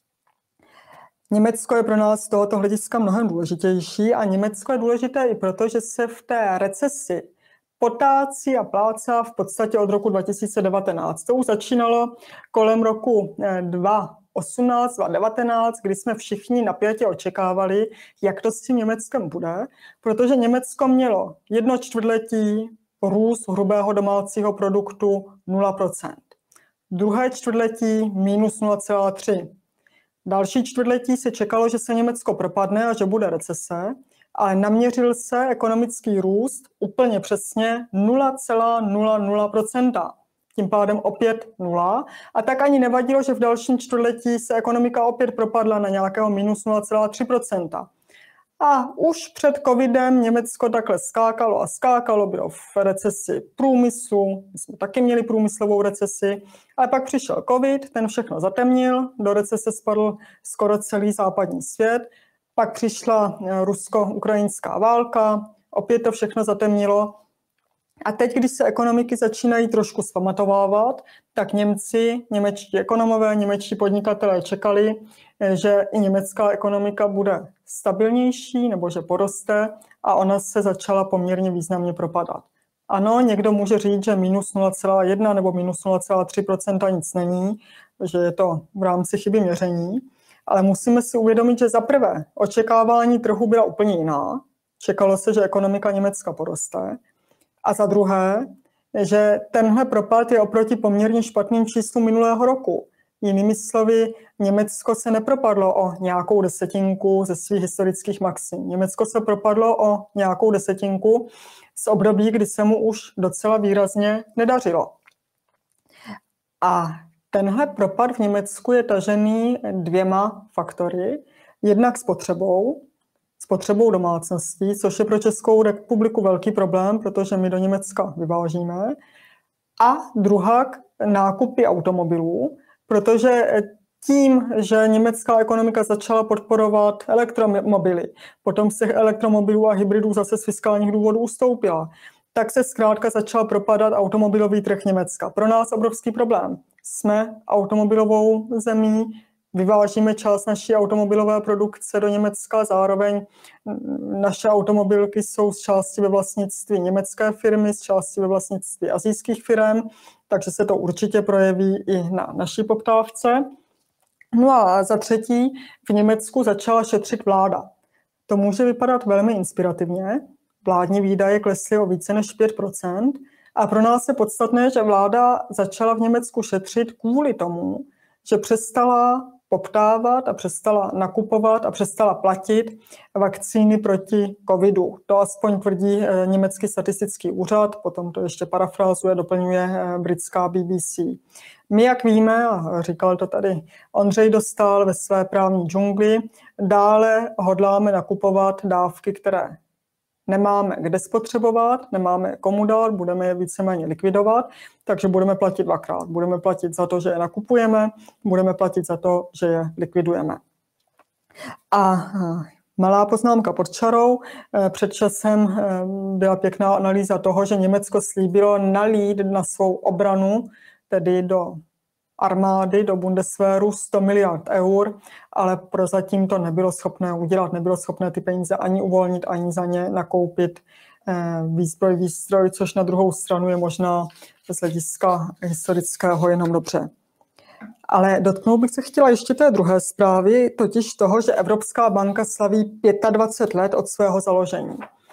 Německo je pro nás z tohoto hlediska mnohem důležitější a Německo je důležité i proto, že se v té recesi potácí a plácá v podstatě od roku dva tisíce devatenáct. To už začínalo kolem roku dva tisíce osmnáct, dva tisíce devatenáct, kdy jsme všichni napjatě očekávali, jak to s tím Německem bude, protože Německo mělo jedno čtvrtletí růst hrubého domácího produktu nula procent. Druhé čtvrtletí minus nula celá tři. Další čtvrtletí se čekalo, že se Německo propadne a že bude recese, ale naměřil se ekonomický růst úplně přesně nula celá nula nula procenta. Tím pádem opět nula. A tak ani nevadilo, že v dalším čtvrtletí se ekonomika opět propadla na nějakého minus nula celá tři procenta. A už před covidem Německo takhle skákalo a skákalo, bylo v recesi průmyslu, my jsme taky měli průmyslovou recesi, ale pak přišel covid, ten všechno zatemnil, do recese spadl skoro celý západní svět, pak přišla rusko-ukrajinská válka, opět to všechno zatemnilo. A teď, když se ekonomiky začínají trošku zpamatovávat, tak Němci, němečtí ekonomové, němečtí podnikatelé čekali, že i německá ekonomika bude stabilnější nebo že poroste a ona se začala poměrně významně propadat. Ano, někdo může říct, že minus nula celá jedna nebo minus nula celá tři procenta nic není, že je to v rámci chyby měření, ale musíme si uvědomit, že za prvé očekávání trhu byla úplně jiná. Čekalo se, že ekonomika Německa poroste. A za druhé, že tenhle propad je oproti poměrně špatným číslům minulého roku. Jinými slovy, Německo se nepropadlo o nějakou desetinku ze svých historických maxim. Německo se propadlo o nějakou desetinku z období, kdy se mu už docela výrazně nedařilo. A tenhle propad v Německu je tažený dvěma faktory. Jednak spotřebou, spotřebou domácností, což je pro Českou republiku velký problém, protože my do Německa vyvážíme. A druhá nákupy automobilů, protože tím, že německá ekonomika začala podporovat elektromobily, potom z těch elektromobilů a hybridů zase z fiskálních důvodů ustoupila, tak se zkrátka začal propadat automobilový trh Německa. Pro nás obrovský problém. Jsme automobilovou zemí, vyvážíme část naší automobilové produkce do Německa, zároveň naše automobilky jsou z části ve vlastnictví německé firmy, z části ve vlastnictví asijských firm, takže se to určitě projeví i na naší poptávce. No a za třetí, v Německu začala šetřit vláda. To může vypadat velmi inspirativně. Vládní výdaje klesly o více než pět procent a pro nás je podstatné, že vláda začala v Německu šetřit kvůli tomu, že přestala poptávat a přestala nakupovat a přestala platit vakcíny proti covidu. To aspoň tvrdí německý statistický úřad, potom to ještě parafrázuje, doplňuje britská B B C. My, jak víme, a říkal to tady Ondřej Dostál ve své právní džungli, dále hodláme nakupovat dávky, které nemáme kde spotřebovat, nemáme komu dát, budeme je víceméně likvidovat, takže budeme platit dvakrát. Budeme platit za to, že je nakupujeme, budeme platit za to, že je likvidujeme. A malá poznámka pod čarou. Před časem byla pěkná analýza toho, že Německo slíbilo nalít na svou obranu, tedy do armády, do Bundeswehru sto miliard eur, ale prozatím to nebylo schopné udělat, nebylo schopné ty peníze ani uvolnit, ani za ně nakoupit výzbroj, výstroj, což na druhou stranu je možná z hlediska historického jenom dobře. Ale dotknout bych se chtěla ještě té druhé zprávy, totiž toho, že Evropská banka slaví dvacet pět let od svého založení.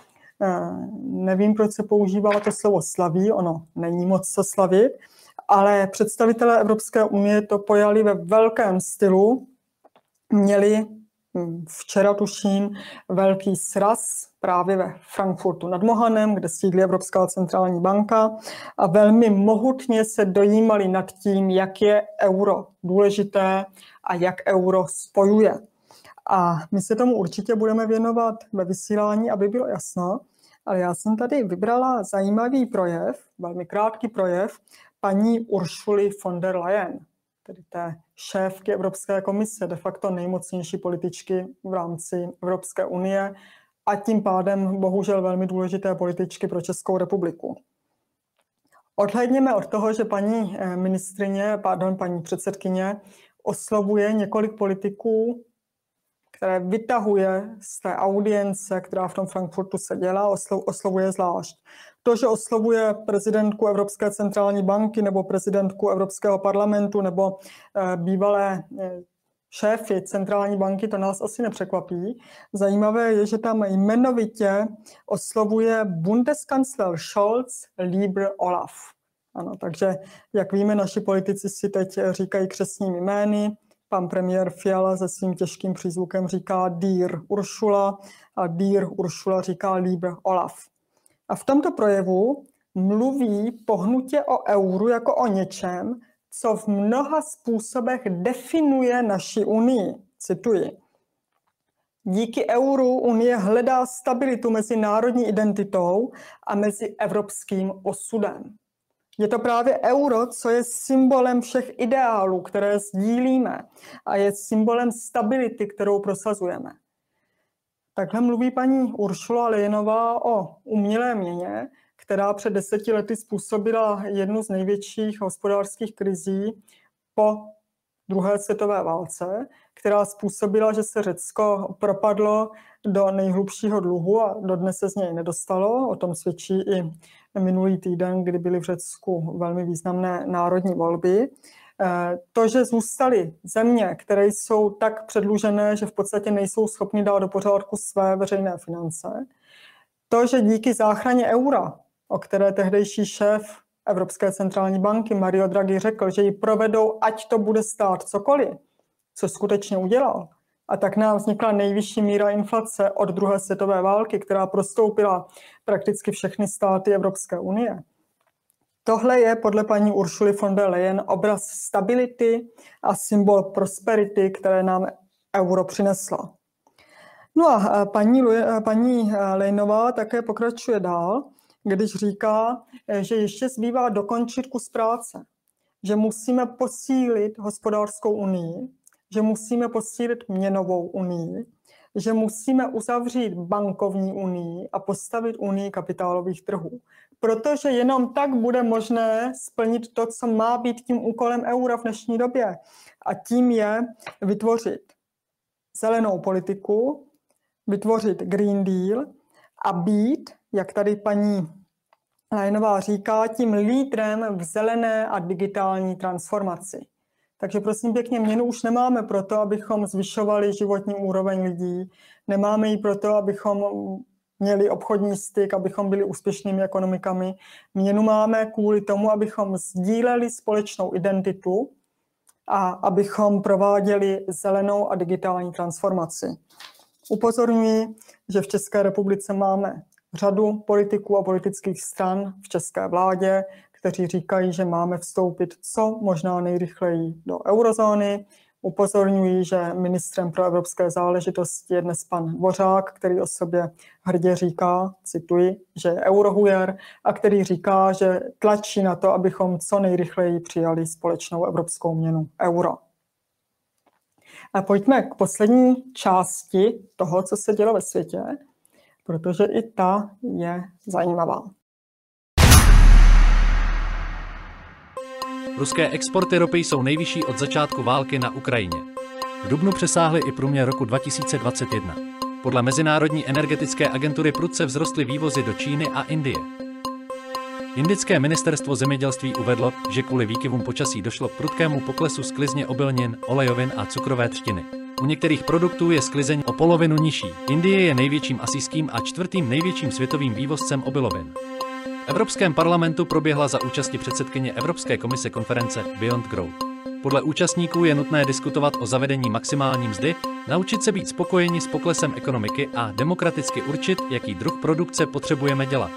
Nevím, proč se používá to slovo slaví, ono není moc co slavit, ale představitelé Evropské unie to pojali ve velkém stylu. Měli včera, tuším, velký sraz právě ve Frankfurtu nad Mohanem, kde sídlí Evropská centrální banka a velmi mohutně se dojímali nad tím, jak je euro důležité a jak euro spojuje. A my se tomu určitě budeme věnovat ve vysílání, aby bylo jasno, ale já jsem tady vybrala zajímavý projev, velmi krátký projev, paní Ursuly von der Leyen, tedy té šéfky Evropské komise, de facto nejmocnější političky v rámci Evropské unie a tím pádem bohužel velmi důležité političky pro Českou republiku. Odhlédněme od toho, že paní ministrině, pardon, paní předsedkyně oslovuje několik politiků, které vytahuje z té audience, která v tom Frankfurtu se dělá, oslovuje zvlášť. To, že oslovuje prezidentku Evropské centrální banky nebo prezidentku Evropského parlamentu nebo e, bývalé e, šéfy centrální banky, to nás asi nepřekvapí. Zajímavé je, že tam jmenovitě oslovuje Bundeskancler Scholz, lieber Olaf. Ano, takže, jak víme, naši politici si teď říkají křestními jmény. Pan premiér Fiala se svým těžkým přízvukem říká Dear Ursula a Dear Ursula říká lieber Olaf. A v tomto projevu mluví pohnutě o euru jako o něčem, co v mnoha způsobech definuje naši unii. Cituji. Díky euru Unie hledá stabilitu mezi národní identitou a mezi evropským osudem. Je to právě euro, co je symbolem všech ideálů, které sdílíme a je symbolem stability, kterou prosazujeme. Takhle mluví paní Ursula Leyenová o umělé měně, která před deseti lety způsobila jednu z největších hospodářských krizí po druhé světové válce, která způsobila, že se Řecko propadlo do nejhlubšího dluhu a dodnes se z něj nedostalo. O tom svědčí i minulý týden, kdy byly v Řecku velmi významné národní volby. To, že zůstaly země, které jsou tak předlužené, že v podstatě nejsou schopny dát do pořádku své veřejné finance. To, že díky záchraně eura, o které tehdejší šéf Evropské centrální banky Mario Draghi řekl, že ji provedou, ať to bude stát cokoliv, co skutečně udělal. A tak nám vznikla nejvyšší míra inflace od druhé světové války, která prostoupila prakticky všechny státy Evropské unie. Tohle je podle paní Ursuly von der Leyen obraz stability a symbol prosperity, které nám euro přineslo. No a paní, paní Leyenová také pokračuje dál, když říká, že ještě zbývá dokončit kus práce, že musíme posílit hospodářskou unii, že musíme posílit měnovou unii, že musíme uzavřít bankovní unii a postavit unii kapitálových trhů. Protože jenom tak bude možné splnit to, co má být tím úkolem eura v dnešní době. A tím je vytvořit zelenou politiku, vytvořit Green Deal a být, jak tady paní Leyenová říká, tím lídrem v zelené a digitální transformaci. Takže prosím pěkně, měnu už nemáme proto, abychom zvyšovali životní úroveň lidí, nemáme ji proto, abychom měli obchodní styk, abychom byli úspěšnými ekonomikami. Měnu máme kvůli tomu, abychom sdíleli společnou identitu a abychom prováděli zelenou a digitální transformaci. Upozorňuji, že v České republice máme řadu politiků a politických stran v české vládě, kteří říkají, že máme vstoupit co možná nejrychleji do eurozóny. Upozorňuji, že ministrem pro evropské záležitosti je dnes pan Dvořák, který o sobě hrdě říká, cituji, že je eurohujer a který říká, že tlačí na to, abychom co nejrychleji přijali společnou evropskou měnu euro. A pojďme k poslední části toho, co se dělo ve světě, protože i ta je zajímavá. Ruské exporty ropy jsou nejvyšší od začátku války na Ukrajině. V dubnu přesáhly i průměr roku dva tisíce dvacet jedna. Podle Mezinárodní energetické agentury prudce vzrostly vývozy do Číny a Indie. Indické ministerstvo zemědělství uvedlo, že kvůli výkyvům počasí došlo k prudkému poklesu sklizně obilnin, olejovin a cukrové třtiny. U některých produktů je sklizeň o polovinu nižší. Indie je největším asijským a čtvrtým největším světovým vývozcem obilovin. V Evropském parlamentu proběhla za účasti předsedkyně Evropské komise konference Beyond Growth. Podle účastníků je nutné diskutovat o zavedení maximální mzdy, naučit se být spokojeni s poklesem ekonomiky a demokraticky určit, jaký druh produkce potřebujeme dělat.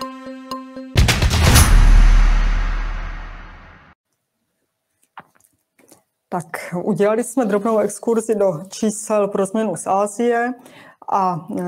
Tak udělali jsme drobnou exkurzi do čísel pro změnu z Asie a e,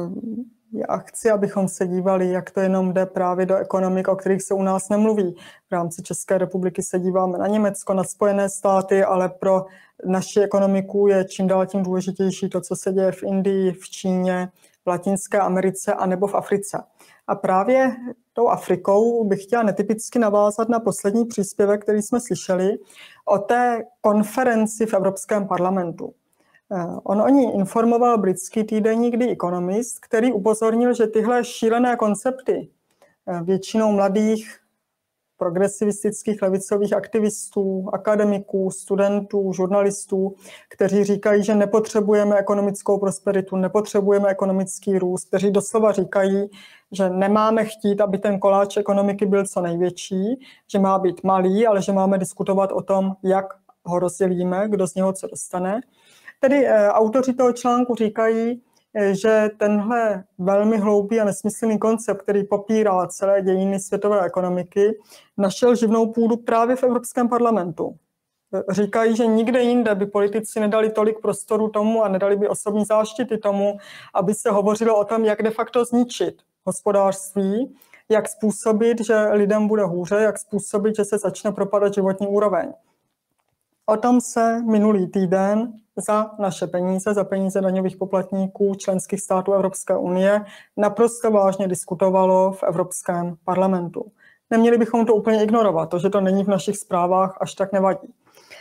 já chci, abychom se dívali, jak to jenom jde právě do ekonomik, o kterých se u nás nemluví. V rámci České republiky se díváme na Německo, na Spojené státy, ale pro naši ekonomiku je čím dál tím důležitější to, co se děje v Indii, v Číně, v Latinské Americe a nebo v Africe. A právě tou Afrikou bych chtěla netypicky navázat na poslední příspěvek, který jsme slyšeli o té konferenci v Evropském parlamentu. On o ní informoval britský týdeník The Economist, který upozornil, že tyhle šílené koncepty většinou mladých progresivistických levicových aktivistů, akademiků, studentů, žurnalistů, kteří říkají, že nepotřebujeme ekonomickou prosperitu, nepotřebujeme ekonomický růst, kteří doslova říkají, že nemáme chtít, aby ten koláč ekonomiky byl co největší, že má být malý, ale že máme diskutovat o tom, jak ho rozdělíme, kdo z něho co dostane. Tedy eh, autoři toho článku říkají, eh, že tenhle velmi hloupý a nesmyslný koncept, který popírá celé dějiny světové ekonomiky, našel živnou půdu právě v Evropském parlamentu. Říkají, že nikde jinde by politici nedali tolik prostoru tomu a nedali by osobní záštity tomu, aby se hovořilo o tom, jak de facto zničit hospodářství, jak způsobit, že lidem bude hůře, jak způsobit, že se začne propadat životní úroveň. O tom se minulý týden za naše peníze, za peníze daňových poplatníků členských států Evropské unie naprosto vážně diskutovalo v Evropském parlamentu. Neměli bychom to úplně ignorovat, to, že to není v našich zprávách, až tak nevadí.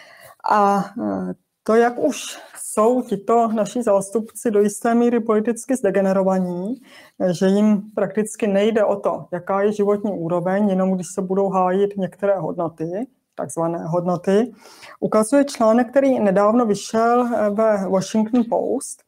A to, jak už jsou tito naši zástupci do jisté míry politicky zdegenerovaní, že jim prakticky nejde o to, jaká je životní úroveň, jenom když se budou hájit některé hodnoty, takzvané hodnoty, ukazuje článek, který nedávno vyšel ve Washington Post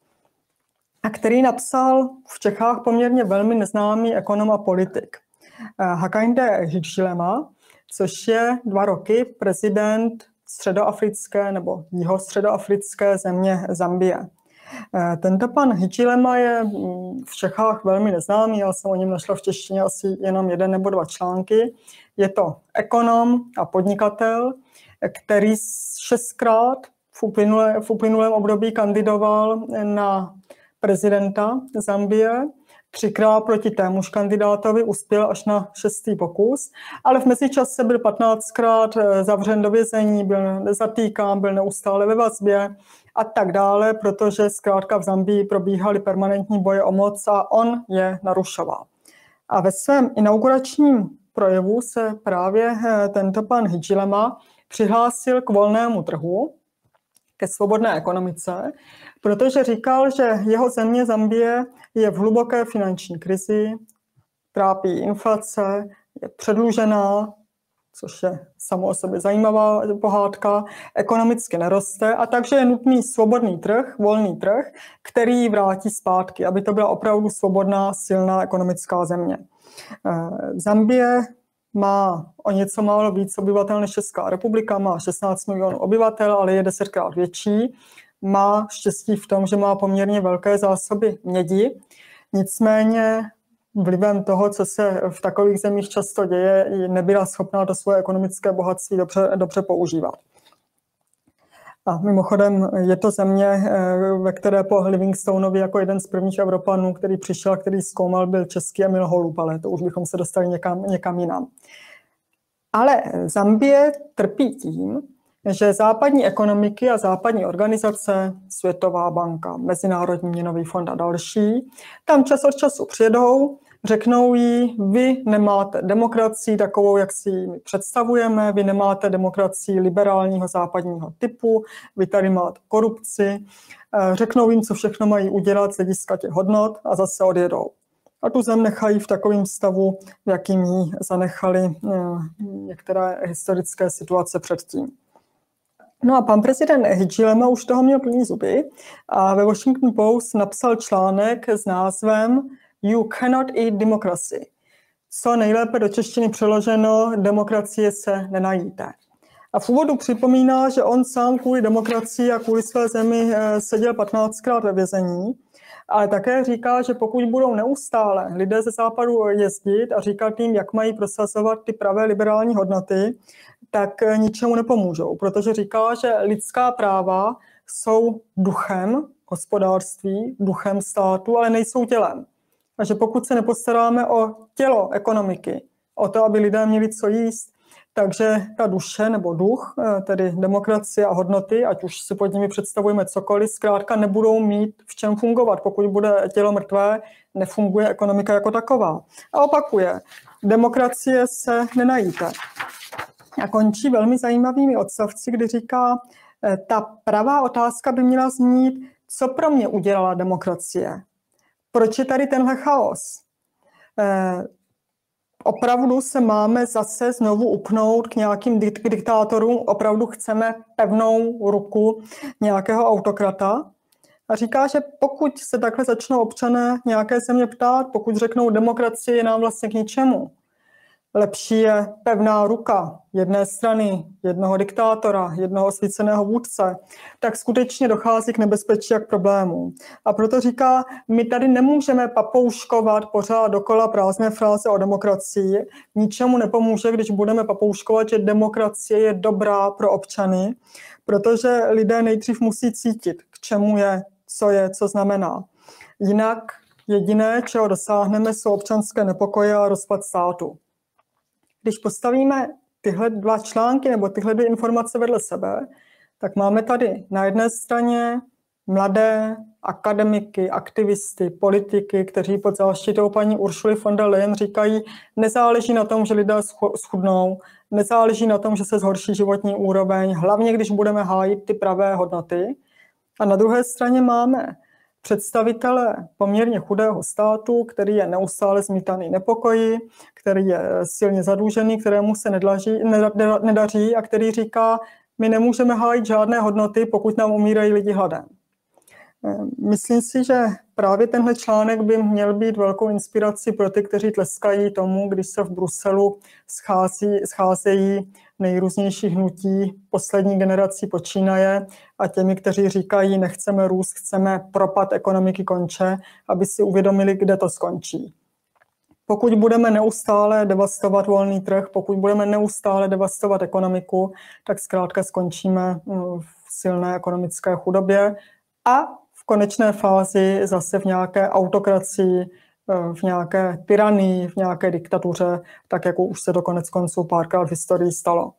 a který napsal v Čechách poměrně velmi neznámý ekonom a politik Hakainde Hichilema, což je dva roky prezident středoafrické nebo jihostředoafrické země Zambie. Tento pan Hichilema je v Čechách velmi neznámý, já jsem o něm našla v češtině asi jenom jeden nebo dva články. Je to ekonom a podnikatel, který šestkrát v, uplynulé, v uplynulém období kandidoval na prezidenta Zambie. Třikrát proti témuž kandidátovi uspěl až na šestý pokus, ale v mezičase byl patnáctkrát zavřen do vězení, byl zatýkán, byl neustále ve vazbě a tak dále, protože zkrátka v Zambii probíhaly permanentní boje o moc a on je narušoval. A ve svém inauguračním projevu se právě tento pan Hichilema přihlásil k volnému trhu, ke svobodné ekonomice, protože říkal, že jeho země Zambie je v hluboké finanční krizi, trápí inflace, je předlužená, což je samo o sobě zajímavá pohádka, ekonomicky neroste a takže je nutný svobodný trh, volný trh, který vrátí zpátky, aby to byla opravdu svobodná, silná ekonomická země. Zambie má o něco málo víc obyvatel než Česká republika, má šestnáct milionů obyvatel, ale je desetkrát větší. Má štěstí v tom, že má poměrně velké zásoby mědi. Nicméně vlivem toho, co se v takových zemích často děje, nebyla schopná to svoje ekonomické bohatství dobře, dobře používat. A mimochodem je to země, ve které po Livingstoneovi jako jeden z prvních Evropanů, který přišel, který zkoumal, byl český Emil Holub, ale to už bychom se dostali někam, někam jinam. Ale Zambie trpí tím, že západní ekonomiky a západní organizace, Světová banka, Mezinárodní měnový fond a další, tam čas od času přijedou, řeknou jí, vy nemáte demokracii takovou, jak si ji představujeme, vy nemáte demokracii liberálního západního typu, vy tady máte korupci, řeknou jim, co všechno mají udělat z hlediska těch hodnot a zase odjedou. A tu zem nechají v takovém stavu, v jakým ji zanechali některé historické situace předtím. No a pan prezident Hichilema už toho měl plný zuby a ve Washington Post napsal článek s názvem You cannot eat democracy. Co nejlépe do češtiny přeloženo, demokracie se nenajíte. A v úvodu připomíná, že on sám kvůli demokracii a kvůli své zemi seděl patnáctkrát ve vězení, ale také říká, že pokud budou neustále lidé ze západu jezdit a říkat jim, jak mají prosazovat ty pravé liberální hodnoty, tak ničemu nepomůžou, protože říká, že lidská práva jsou duchem hospodářství, duchem státu, ale nejsou tělem. A že pokud se nepostaráme o tělo ekonomiky, o to, aby lidé měli co jíst, takže ta duše nebo duch, tedy demokracie a hodnoty, ať už si pod nimi představujeme cokoliv, zkrátka nebudou mít v čem fungovat. Pokud bude tělo mrtvé, nefunguje ekonomika jako taková. A opakuje, demokracie se nenajíte. A končí velmi zajímavými odstavci, kdy říká, ta pravá otázka by měla znít, co pro mě udělala demokracie. Proč je tady tenhle chaos? Eh, opravdu se máme zase znovu upnout k nějakým dik- diktátorům, opravdu chceme pevnou ruku nějakého autokrata. A říká, že pokud se takhle začnou občané nějaké země ptát, pokud řeknou, demokracie je nám vlastně k ničemu, lepší je pevná ruka jedné strany, jednoho diktátora, jednoho osvíceného vůdce, tak skutečně dochází k nebezpečí a k problémům. A proto říká, my tady nemůžeme papouškovat pořád dokola prázdné fráze o demokracii. Ničemu nepomůže, když budeme papouškovat, že demokracie je dobrá pro občany, protože lidé nejdřív musí cítit, k čemu je, co je, co znamená. Jinak jediné, čeho dosáhneme, jsou občanské nepokoje a rozpad státu. Když postavíme tyhle dva články nebo tyhle dvě informace vedle sebe, tak máme tady na jedné straně mladé akademiky, aktivisty, politiky, kteří pod záštitou paní Ursuly von der Leyen říkají, nezáleží na tom, že lidé schudnou, nezáleží na tom, že se zhorší životní úroveň, hlavně když budeme hájit ty pravé hodnoty. A na druhé straně máme představitele poměrně chudého státu, který je neustále zmítaný nepokoji, který je silně zadlužený, kterému se nedlaží, nedaří a který říká, my nemůžeme hájit žádné hodnoty, pokud nám umírají lidi hladem. Myslím si, že právě tenhle článek by měl být velkou inspirací pro ty, kteří tleskají tomu, když se v Bruselu schází, scházejí nejrůznějších hnutí poslední generací počínaje a těmi, kteří říkají, nechceme růst, chceme propad ekonomiky konče, aby si uvědomili, kde to skončí. Pokud budeme neustále devastovat volný trh, pokud budeme neustále devastovat ekonomiku, tak zkrátka skončíme v silné ekonomické chudobě a v konečné fázi zase v nějaké autokracii, v nějaké tyranii, v nějaké diktatuře, tak jako už se to konec konců párkrát v historii stalo.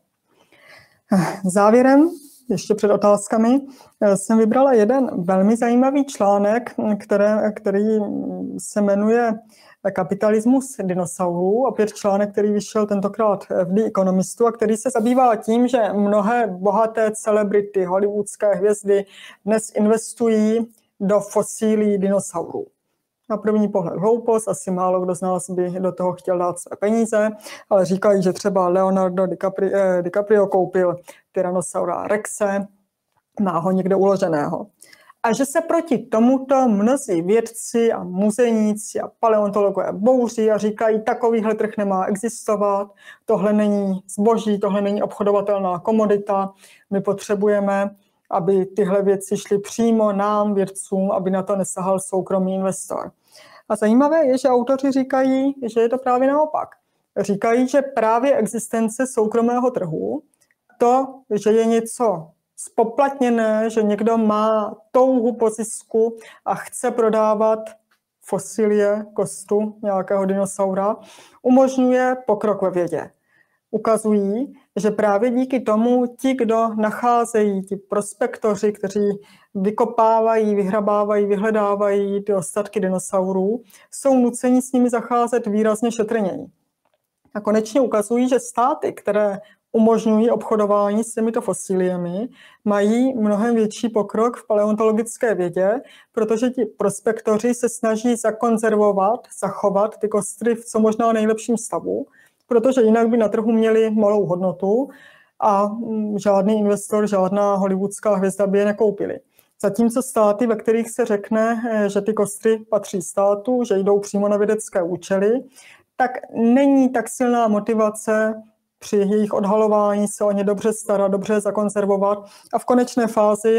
Závěrem, ještě před otázkami, jsem vybrala jeden velmi zajímavý článek, které, který se jmenuje Kapitalismus dinosaurů, opět článek, který vyšel tentokrát v The Economistu a který se zabývá tím, že mnohé bohaté celebrity, hollywoodské hvězdy dnes investují do fosílí dinosaurů. Na první pohled hloupost, asi málo kdo z nás by do toho chtěl dát své peníze, ale říkají, že třeba Leonardo DiCaprio, eh, DiCaprio koupil Tyrannosaura Rexe, má ho někde uloženého. A že se proti tomuto mnozí vědci a muzejníci a paleontologové bouří a říkají, takovýhle trh nemá existovat, tohle není zboží, tohle není obchodovatelná komodita, my potřebujeme, aby tyhle věci šly přímo nám, vědcům, aby na to nesahal soukromý investor. A zajímavé je, že autoři říkají, že je to právě naopak. Říkají, že právě existence soukromého trhu, to, že je něco spoplatněné, že někdo má touhu po zisku a chce prodávat fosilie kostu nějakého dinosaura, umožňuje pokrok ve vědě. Ukazují, že právě díky tomu ti, kdo nacházejí, ti prospektoři, kteří vykopávají, vyhrabávají, vyhledávají ty ostatky dinosaurů, jsou nuceni s nimi zacházet výrazně šetrněji. A konečně ukazují, že státy, které umožňují obchodování s těmito fosíliemi, mají mnohem větší pokrok v paleontologické vědě, protože ti prospektoři se snaží zakonzervovat, zachovat ty kostry v co možná nejlepším stavu, protože jinak by na trhu měli malou hodnotu a žádný investor, žádná hollywoodská hvězda by je nekoupili. Zatímco státy, ve kterých se řekne, že ty kostry patří státu, že jdou přímo na vědecké účely, tak není tak silná motivace při jejich odhalování se o ně dobře starat, dobře zakonzervovat a v konečné fázi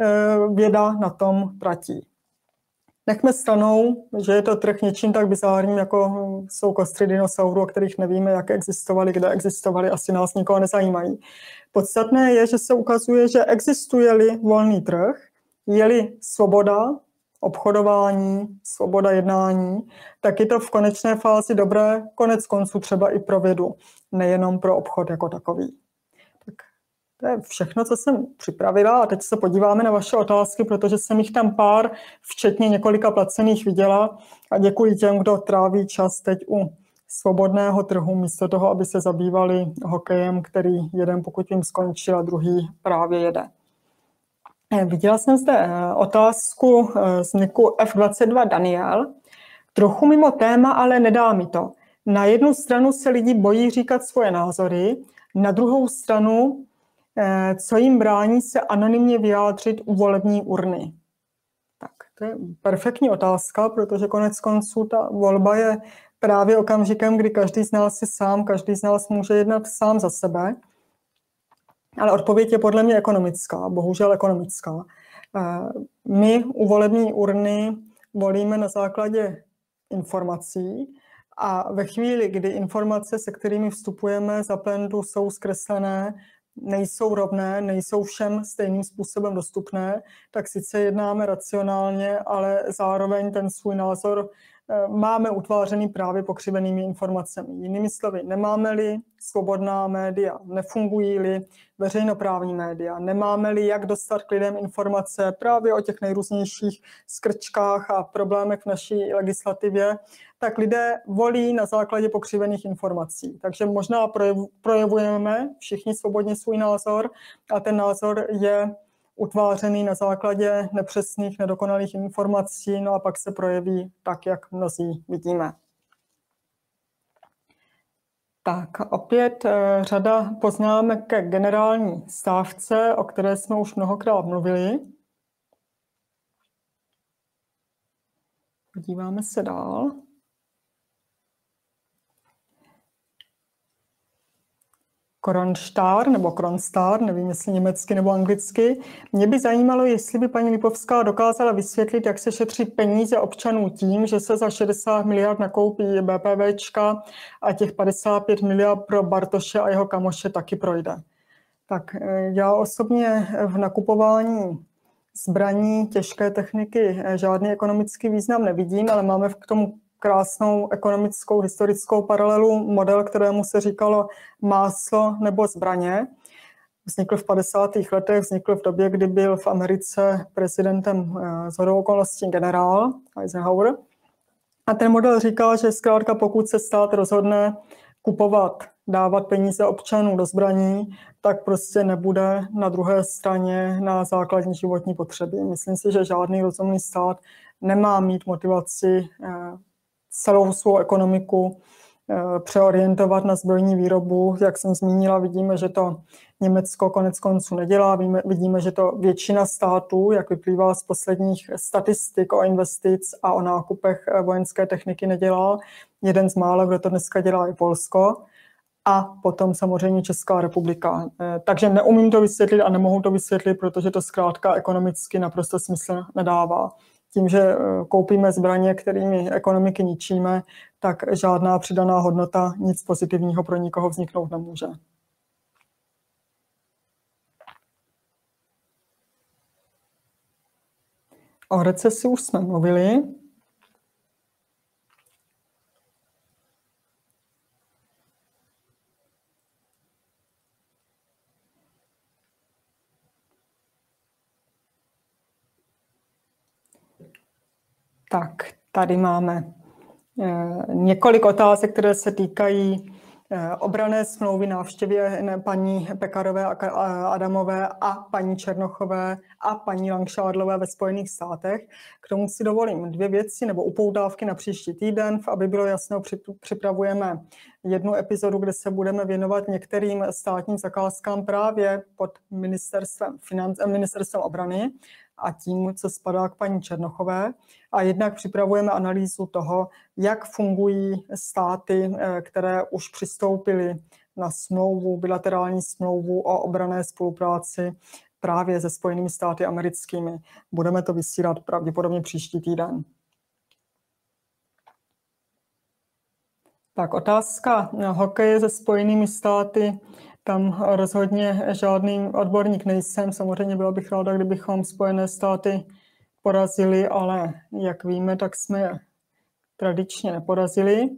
věda na tom tratí. Nechme stranou, že je to trh něčím tak bizárním, jako jsou kostry dinosaurů, o kterých nevíme, jak existovaly, kde existovaly, asi nás nikoho nezajímají. Podstatné je, že se ukazuje, že existuje-li volný trh, je-li svoboda obchodování, svoboda jednání, tak je to v konečné fázi dobré, konec konců třeba i pro vědu, nejenom pro obchod jako takový. Tak to je všechno, co jsem připravila a teď se podíváme na vaše otázky, protože jsem jich tam pár, včetně několika placených, viděla a děkuji těm, kdo tráví čas teď u svobodného trhu, místo toho, aby se zabývali hokejem, který jeden pokud jim skončil a druhý právě jede. Viděla jsem zde otázku z niku F dvacet dva Daniel. Trochu mimo téma, ale nedá mi to. Na jednu stranu se lidi bojí říkat svoje názory, na druhou stranu, co jim brání se anonymně vyjádřit u volební urny. Tak, to je perfektní otázka, protože konec konců ta volba je právě okamžikem, kdy každý z nás je sám, každý z nás může jednat sám za sebe. Ale odpověď je podle mě ekonomická, bohužel ekonomická. My u volební urny volíme na základě informací a ve chvíli, kdy informace, se kterými vstupujeme za plentu, jsou zkreslené, nejsou rovné, nejsou všem stejným způsobem dostupné, tak sice jednáme racionálně, ale zároveň ten svůj názor máme utvářený právě pokřivenými informacemi. Jinými slovy, nemáme-li svobodná média, nefungují-li veřejnoprávní média, nemáme-li jak dostat k lidem informace právě o těch nejrůznějších skrčkách a problémech v naší legislativě, tak lidé volí na základě pokřivených informací. Takže možná projevujeme všichni svobodně svůj názor a ten názor je utvářený na základě nepřesných, nedokonalých informací, no a pak se projeví tak, jak mnozí vidíme. Tak opět řada poznámek ke generální stávce, o které jsme už mnohokrát mluvili. Podíváme se dál. Kronstar nebo Kronstar, nevím, jestli německy nebo anglicky. Mě by zajímalo, jestli by paní Lipovská dokázala vysvětlit, jak se šetří peníze občanů tím, že se za šedesát miliard nakoupí BPVčka a těch padesát pět miliard pro Bartoše a jeho kamoše taky projde. Tak já osobně v nakupování zbraní, těžké techniky žádný ekonomický význam nevidím, ale máme k tomu krásnou ekonomickou historickou paralelu, model, kterému se říkalo máslo nebo zbraně. Vznikl v padesátých letech, vznikl v době, kdy byl v Americe prezidentem shodou okolností generál Eisenhower. A ten model říkal, že zkrátka pokud se stát rozhodne kupovat, dávat peníze občanů do zbraní, tak prostě nebude na druhé straně na základní životní potřeby. Myslím si, že žádný rozumný stát nemá mít motivaci celou svou ekonomiku přeorientovat na zbrojní výrobu. Jak jsem zmínila, vidíme, že to Německo konec konců nedělá. Víme, vidíme, že to většina států, jak vyplývá z posledních statistik o investic a o nákupech vojenské techniky, nedělá. Jeden z mála, kdo to dneska dělá, je Polsko. A potom samozřejmě Česká republika. Takže neumím to vysvětlit a nemohu to vysvětlit, protože to zkrátka ekonomicky naprosto smysl nedává. Tím, že koupíme zbraně, kterými ekonomiky ničíme, tak žádná přidaná hodnota, nic pozitivního pro nikoho vzniknout nemůže. O recesi už jsme mluvili. Tak, tady máme několik otázek, které se týkají obranné smlouvy, návštěvě paní Pekarové a Adamové a paní Černochové a paní Langšádlové ve Spojených státech. K tomu si dovolím dvě věci nebo upoutávky na příští týden. Aby bylo jasno, připravujeme jednu epizodu, kde se budeme věnovat některým státním zakázkám právě pod ministerstvem, financ, ministerstvem obrany a tím, co spadá k paní Černochové. A jednak připravujeme analýzu toho, jak fungují státy, které už přistoupily na smlouvu, bilaterální smlouvu o obranné spolupráci právě se Spojenými státy americkými. Budeme to vysílat pravděpodobně příští týden. Tak otázka hokeje se Spojenými státy. Tam rozhodně žádný odborník nejsem. Samozřejmě byla bych ráda, kdybychom Spojené státy porazili, ale jak víme, tak jsme je tradičně neporazili.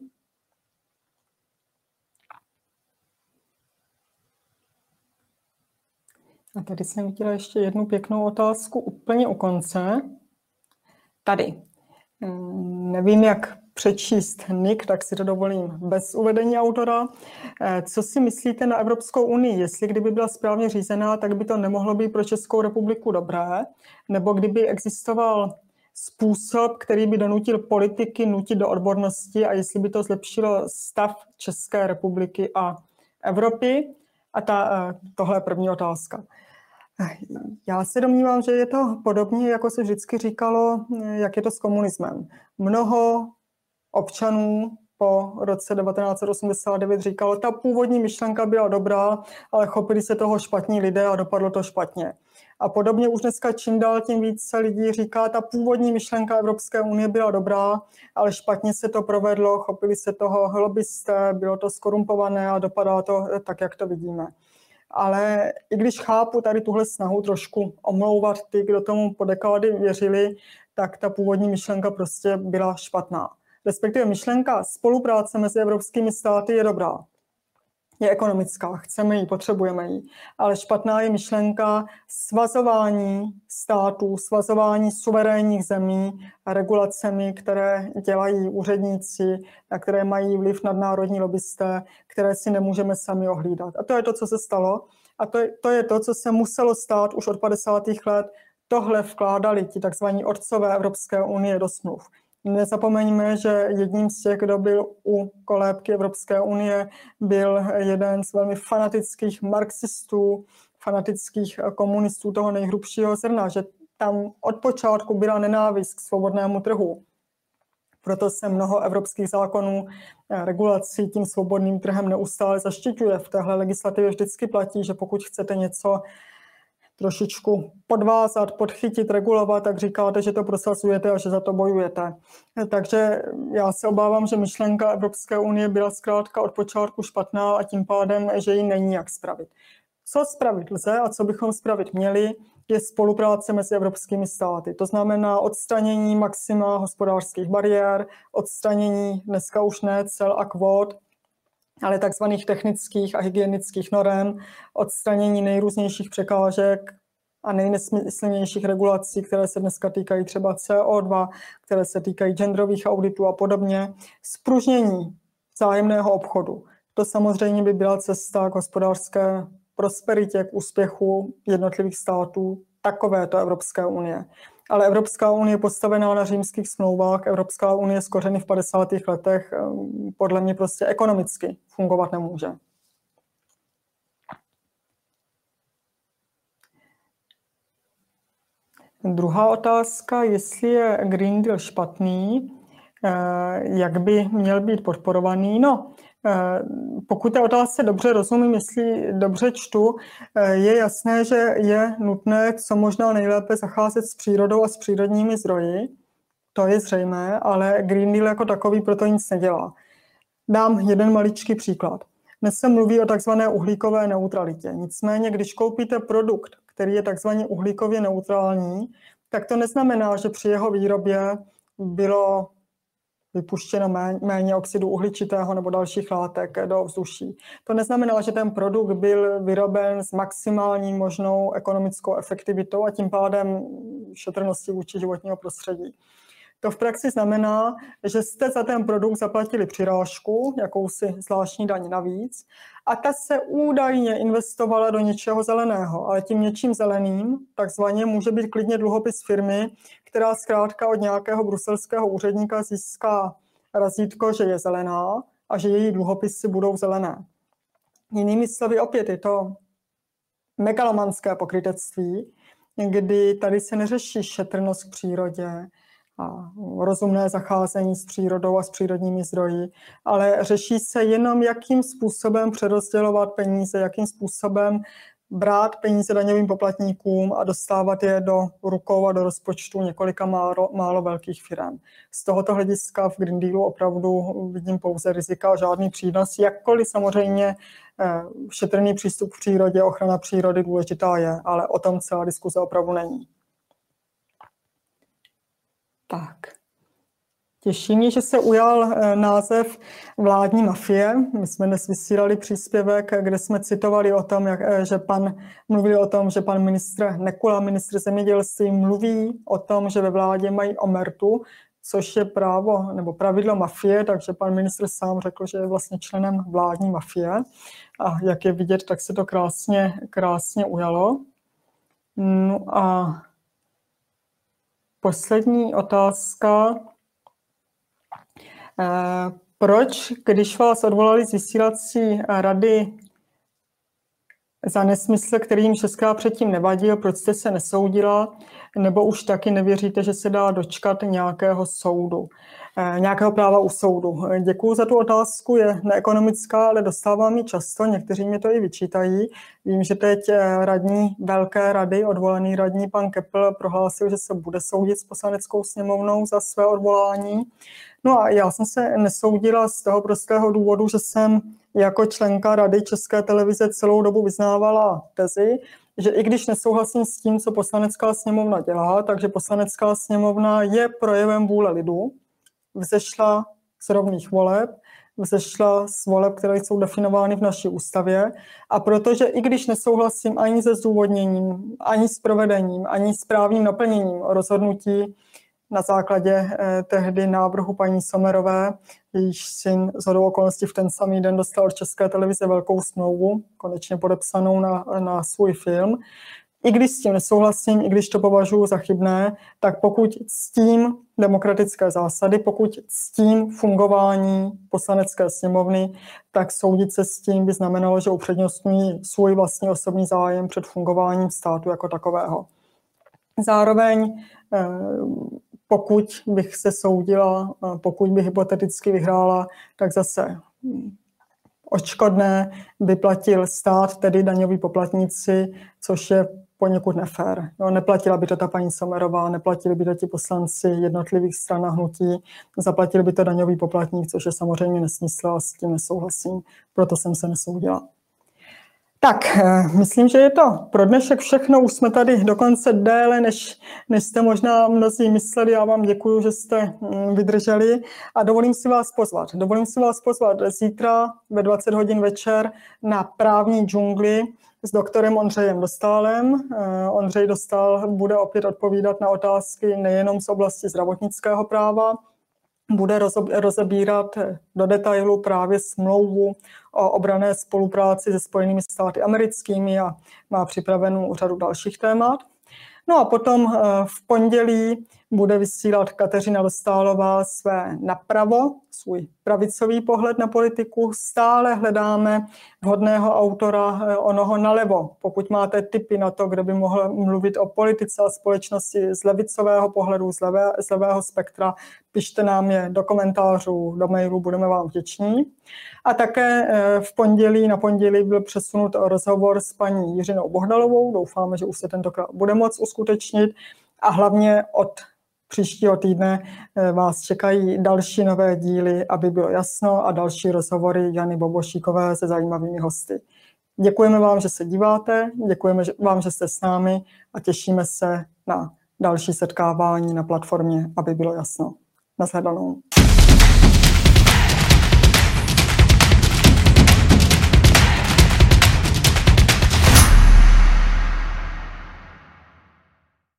A tady jsem viděla ještě jednu pěknou otázku úplně u konce. Tady. Nevím, jak přečíst nick, tak si to dovolím bez uvedení autora. Co si myslíte na Evropskou unii? Jestli kdyby byla správně řízená, tak by to nemohlo být pro Českou republiku dobré, nebo kdyby existoval způsob, který by donutil politiky nutit do odbornosti a jestli by to zlepšilo stav České republiky a Evropy? A ta, tohle je první otázka. Já se domnívám, že je to podobně, jako se vždycky říkalo, jak je to s komunismem. Mnoho občanů po roce devatenáct set osmdesát devět říkalo, ta původní myšlenka byla dobrá, ale chopili se toho špatní lidé a dopadlo to špatně. A podobně už dneska čím dál tím více lidí říká, ta původní myšlenka Evropské unie byla dobrá, ale špatně se to provedlo, chopili se toho lobbysté, bylo to skorumpované a dopadá to tak, jak to vidíme. Ale i když chápu tady tuhle snahu trošku omlouvat ty, kdo tomu po dekády věřili, tak ta původní myšlenka prostě byla špatná. Respektive myšlenka spolupráce mezi evropskými státy je dobrá. Je ekonomická, chceme ji, potřebujeme ji. Ale špatná je myšlenka svazování států, svazování suverénních zemí a regulacemi, které dělají úředníci, na které mají vliv nadnárodní lobbysté, které si nemůžeme sami ohlídat. A to je to, co se stalo. A to je to, je to co se muselo stát už od padesátých let. Tohle vkládali ti takzvaní otcové Evropské unie do smluv. Nezapomeňme, že jedním z těch, kdo byl u kolébky Evropské unie, byl jeden z velmi fanatických marxistů, fanatických komunistů toho nejhrubšího zrna, že tam od počátku byla nenávist k svobodnému trhu. Proto se mnoho evropských zákonů, regulací tím svobodným trhem neustále zaštiťuje. V téhle legislativě vždycky platí, že pokud chcete něco trošičku podvázat, podchytit, regulovat, tak říkáte, že to prosazujete a že za to bojujete. Takže já se obávám, že myšlenka Evropské unie byla zkrátka od počátku špatná a tím pádem, že ji není jak spravit. Co spravit lze a co bychom spravit měli, je spolupráce mezi evropskými státy. To znamená odstranění maxima hospodářských bariér, odstranění dneska už ne cel a kvót, ale takzvaných technických a hygienických norem, odstranění nejrůznějších překážek a nejnesmyslnějších regulací, které se dneska týkají třeba C O dva, které se týkají genderových auditů a podobně, zpružnění vzájemného obchodu. To samozřejmě by byla cesta k hospodářské prosperitě, k úspěchu jednotlivých států takovéto Evropské unie. Ale Evropská unie postavená na římských smlouvách, Evropská unie s kořeny v padesátých letech podle mě prostě ekonomicky fungovat nemůže. Druhá otázka, jestli je Green Deal špatný, jak by měl být podporovaný. No, pokud té otázce dobře rozumím, jestli dobře čtu, je jasné, že je nutné co možná nejlépe zacházet s přírodou a s přírodními zdroji. To je zřejmé, ale Green Deal jako takový proto nic nedělá. Dám jeden maličký příklad. Dnes se mluví o takzvané uhlíkové neutralitě. Nicméně, když koupíte produkt, který je takzvaně uhlíkově neutrální, tak to neznamená, že při jeho výrobě bylo vypuštěno méně oxidu uhličitého nebo dalších látek do ovzduší. To neznamená, že ten produkt byl vyroben s maximální možnou ekonomickou efektivitou a tím pádem šetrností vůči životního prostředí. To v praxi znamená, že jste za ten produkt zaplatili přirážku, jakousi zvláštní daň navíc, a ta se údajně investovala do něčeho zeleného, ale tím něčím zeleným takzvaně může být klidně dluhopis firmy, která zkrátka od nějakého bruselského úředníka získá razítko, že je zelená a že její dluhopisy budou zelené. Jinými slovy opět je to megalomanské pokrytectví, kdy tady se neřeší šetrnost k přírodě a rozumné zacházení s přírodou a s přírodními zdroji, ale řeší se jenom, jakým způsobem přerozdělovat peníze, jakým způsobem brát peníze daňovým poplatníkům a dostávat je do rukou a do rozpočtu několika málo, málo velkých firm. Z tohoto hlediska v Green Dealu opravdu vidím pouze rizika a žádný přínos, jakkoliv samozřejmě šetrný přístup k přírodě, ochrana přírody důležitá je, ale o tom celá diskuze opravdu není. Tak. Těší mě, že se ujal název vládní mafie. My jsme dnes vysílali příspěvek, kde jsme citovali o tom, jak, že pan, mluvili o tom, že pan ministr Nekula, ministr zemědělství, mluví o tom, že ve vládě mají omertu, což je právo nebo pravidlo mafie, takže pan ministr sám řekl, že je vlastně členem vládní mafie. A jak je vidět, tak se to krásně, krásně ujalo. No a poslední otázka. Proč, když vás odvolali z vysílací rady za nesmysl, který jim šestkrát předtím nevadil, proč jste se nesoudila, nebo už taky nevěříte, že se dá dočkat nějakého soudu, nějakého práva u soudu? Děkuju za tu otázku, je neekonomická, ale dostávám ji často, někteří mě to i vyčítají. Vím, že teď radní Velké rady, odvolaný radní pan Köppl, prohlásil, že se bude soudit s poslaneckou sněmovnou za své odvolání. No a já jsem se nesoudila z toho prostého důvodu, že jsem jako členka Rady České televize celou dobu vyznávala tezi, že i když nesouhlasím s tím, co poslanecká sněmovna dělá, takže poslanecká sněmovna je projevem vůle lidu, vzešla z rovných voleb, vzešla z voleb, které jsou definovány v naší ústavě, a protože i když nesouhlasím ani se zdůvodněním, ani s provedením, ani s právním naplněním rozhodnutí na základě eh, tehdy návrhu paní Sommerové, jejíž syn shodou okolností v ten samý den dostal od České televize velkou smlouvu, konečně podepsanou na, na svůj film. I když s tím nesouhlasím, i když to považuji za chybné, tak pokud ctím demokratické zásady, pokud ctím fungování poslanecké sněmovny, tak soudit se s tím by znamenalo, že upřednostňuji svůj vlastní osobní zájem před fungováním státu jako takového. Zároveň pokud bych se soudila, pokud bych hypoteticky vyhrála, tak zase odškodné by platil stát, tedy daňoví poplatníci, což je poněkud nefér. No, neplatila by to ta paní Sommerová, neplatili by to ti poslanci jednotlivých stran a hnutí, zaplatili by to daňový poplatník, což je samozřejmě nesmysl a s tím nesouhlasím, proto jsem se nesoudila. Tak, myslím, že je to pro dnešek všechno. Už jsme tady dokonce déle, než, než jste možná mnozí mysleli. Já vám děkuji, že jste vydrželi a dovolím si vás pozvat. Dovolím si vás pozvat zítra ve dvacet hodin večer na právní džungli s doktorem Ondřejem Dostálem. Ondřej Dostál bude opět odpovídat na otázky nejenom z oblasti zdravotnického práva, bude rozebírat do detailu právě smlouvu o obranné spolupráci se Spojenými státy americkými a má připravenou řadu dalších témat. No a potom v pondělí bude vysílat Kateřina Dostálová své napravo, svůj pravicový pohled na politiku. Stále hledáme vhodného autora onoho nalevo. Pokud máte tipy na to, kdo by mohl mluvit o politice a společnosti z levicového pohledu, z, levé, z levého spektra, pište nám je do komentářů, do mailu, budeme vám vděční. A také v pondělí, na pondělí byl přesunut rozhovor s paní Jiřinou Bohdalovou. Doufáme, že už se tentokrát bude moct uskutečnit. A hlavně od příštího týdne vás čekají další nové díly, aby bylo jasno, a další rozhovory Jany Bobošíkové se zajímavými hosty. Děkujeme vám, že se díváte, děkujeme vám, že jste s námi a těšíme se na další setkávání na platformě, aby bylo jasno. Nashledanou.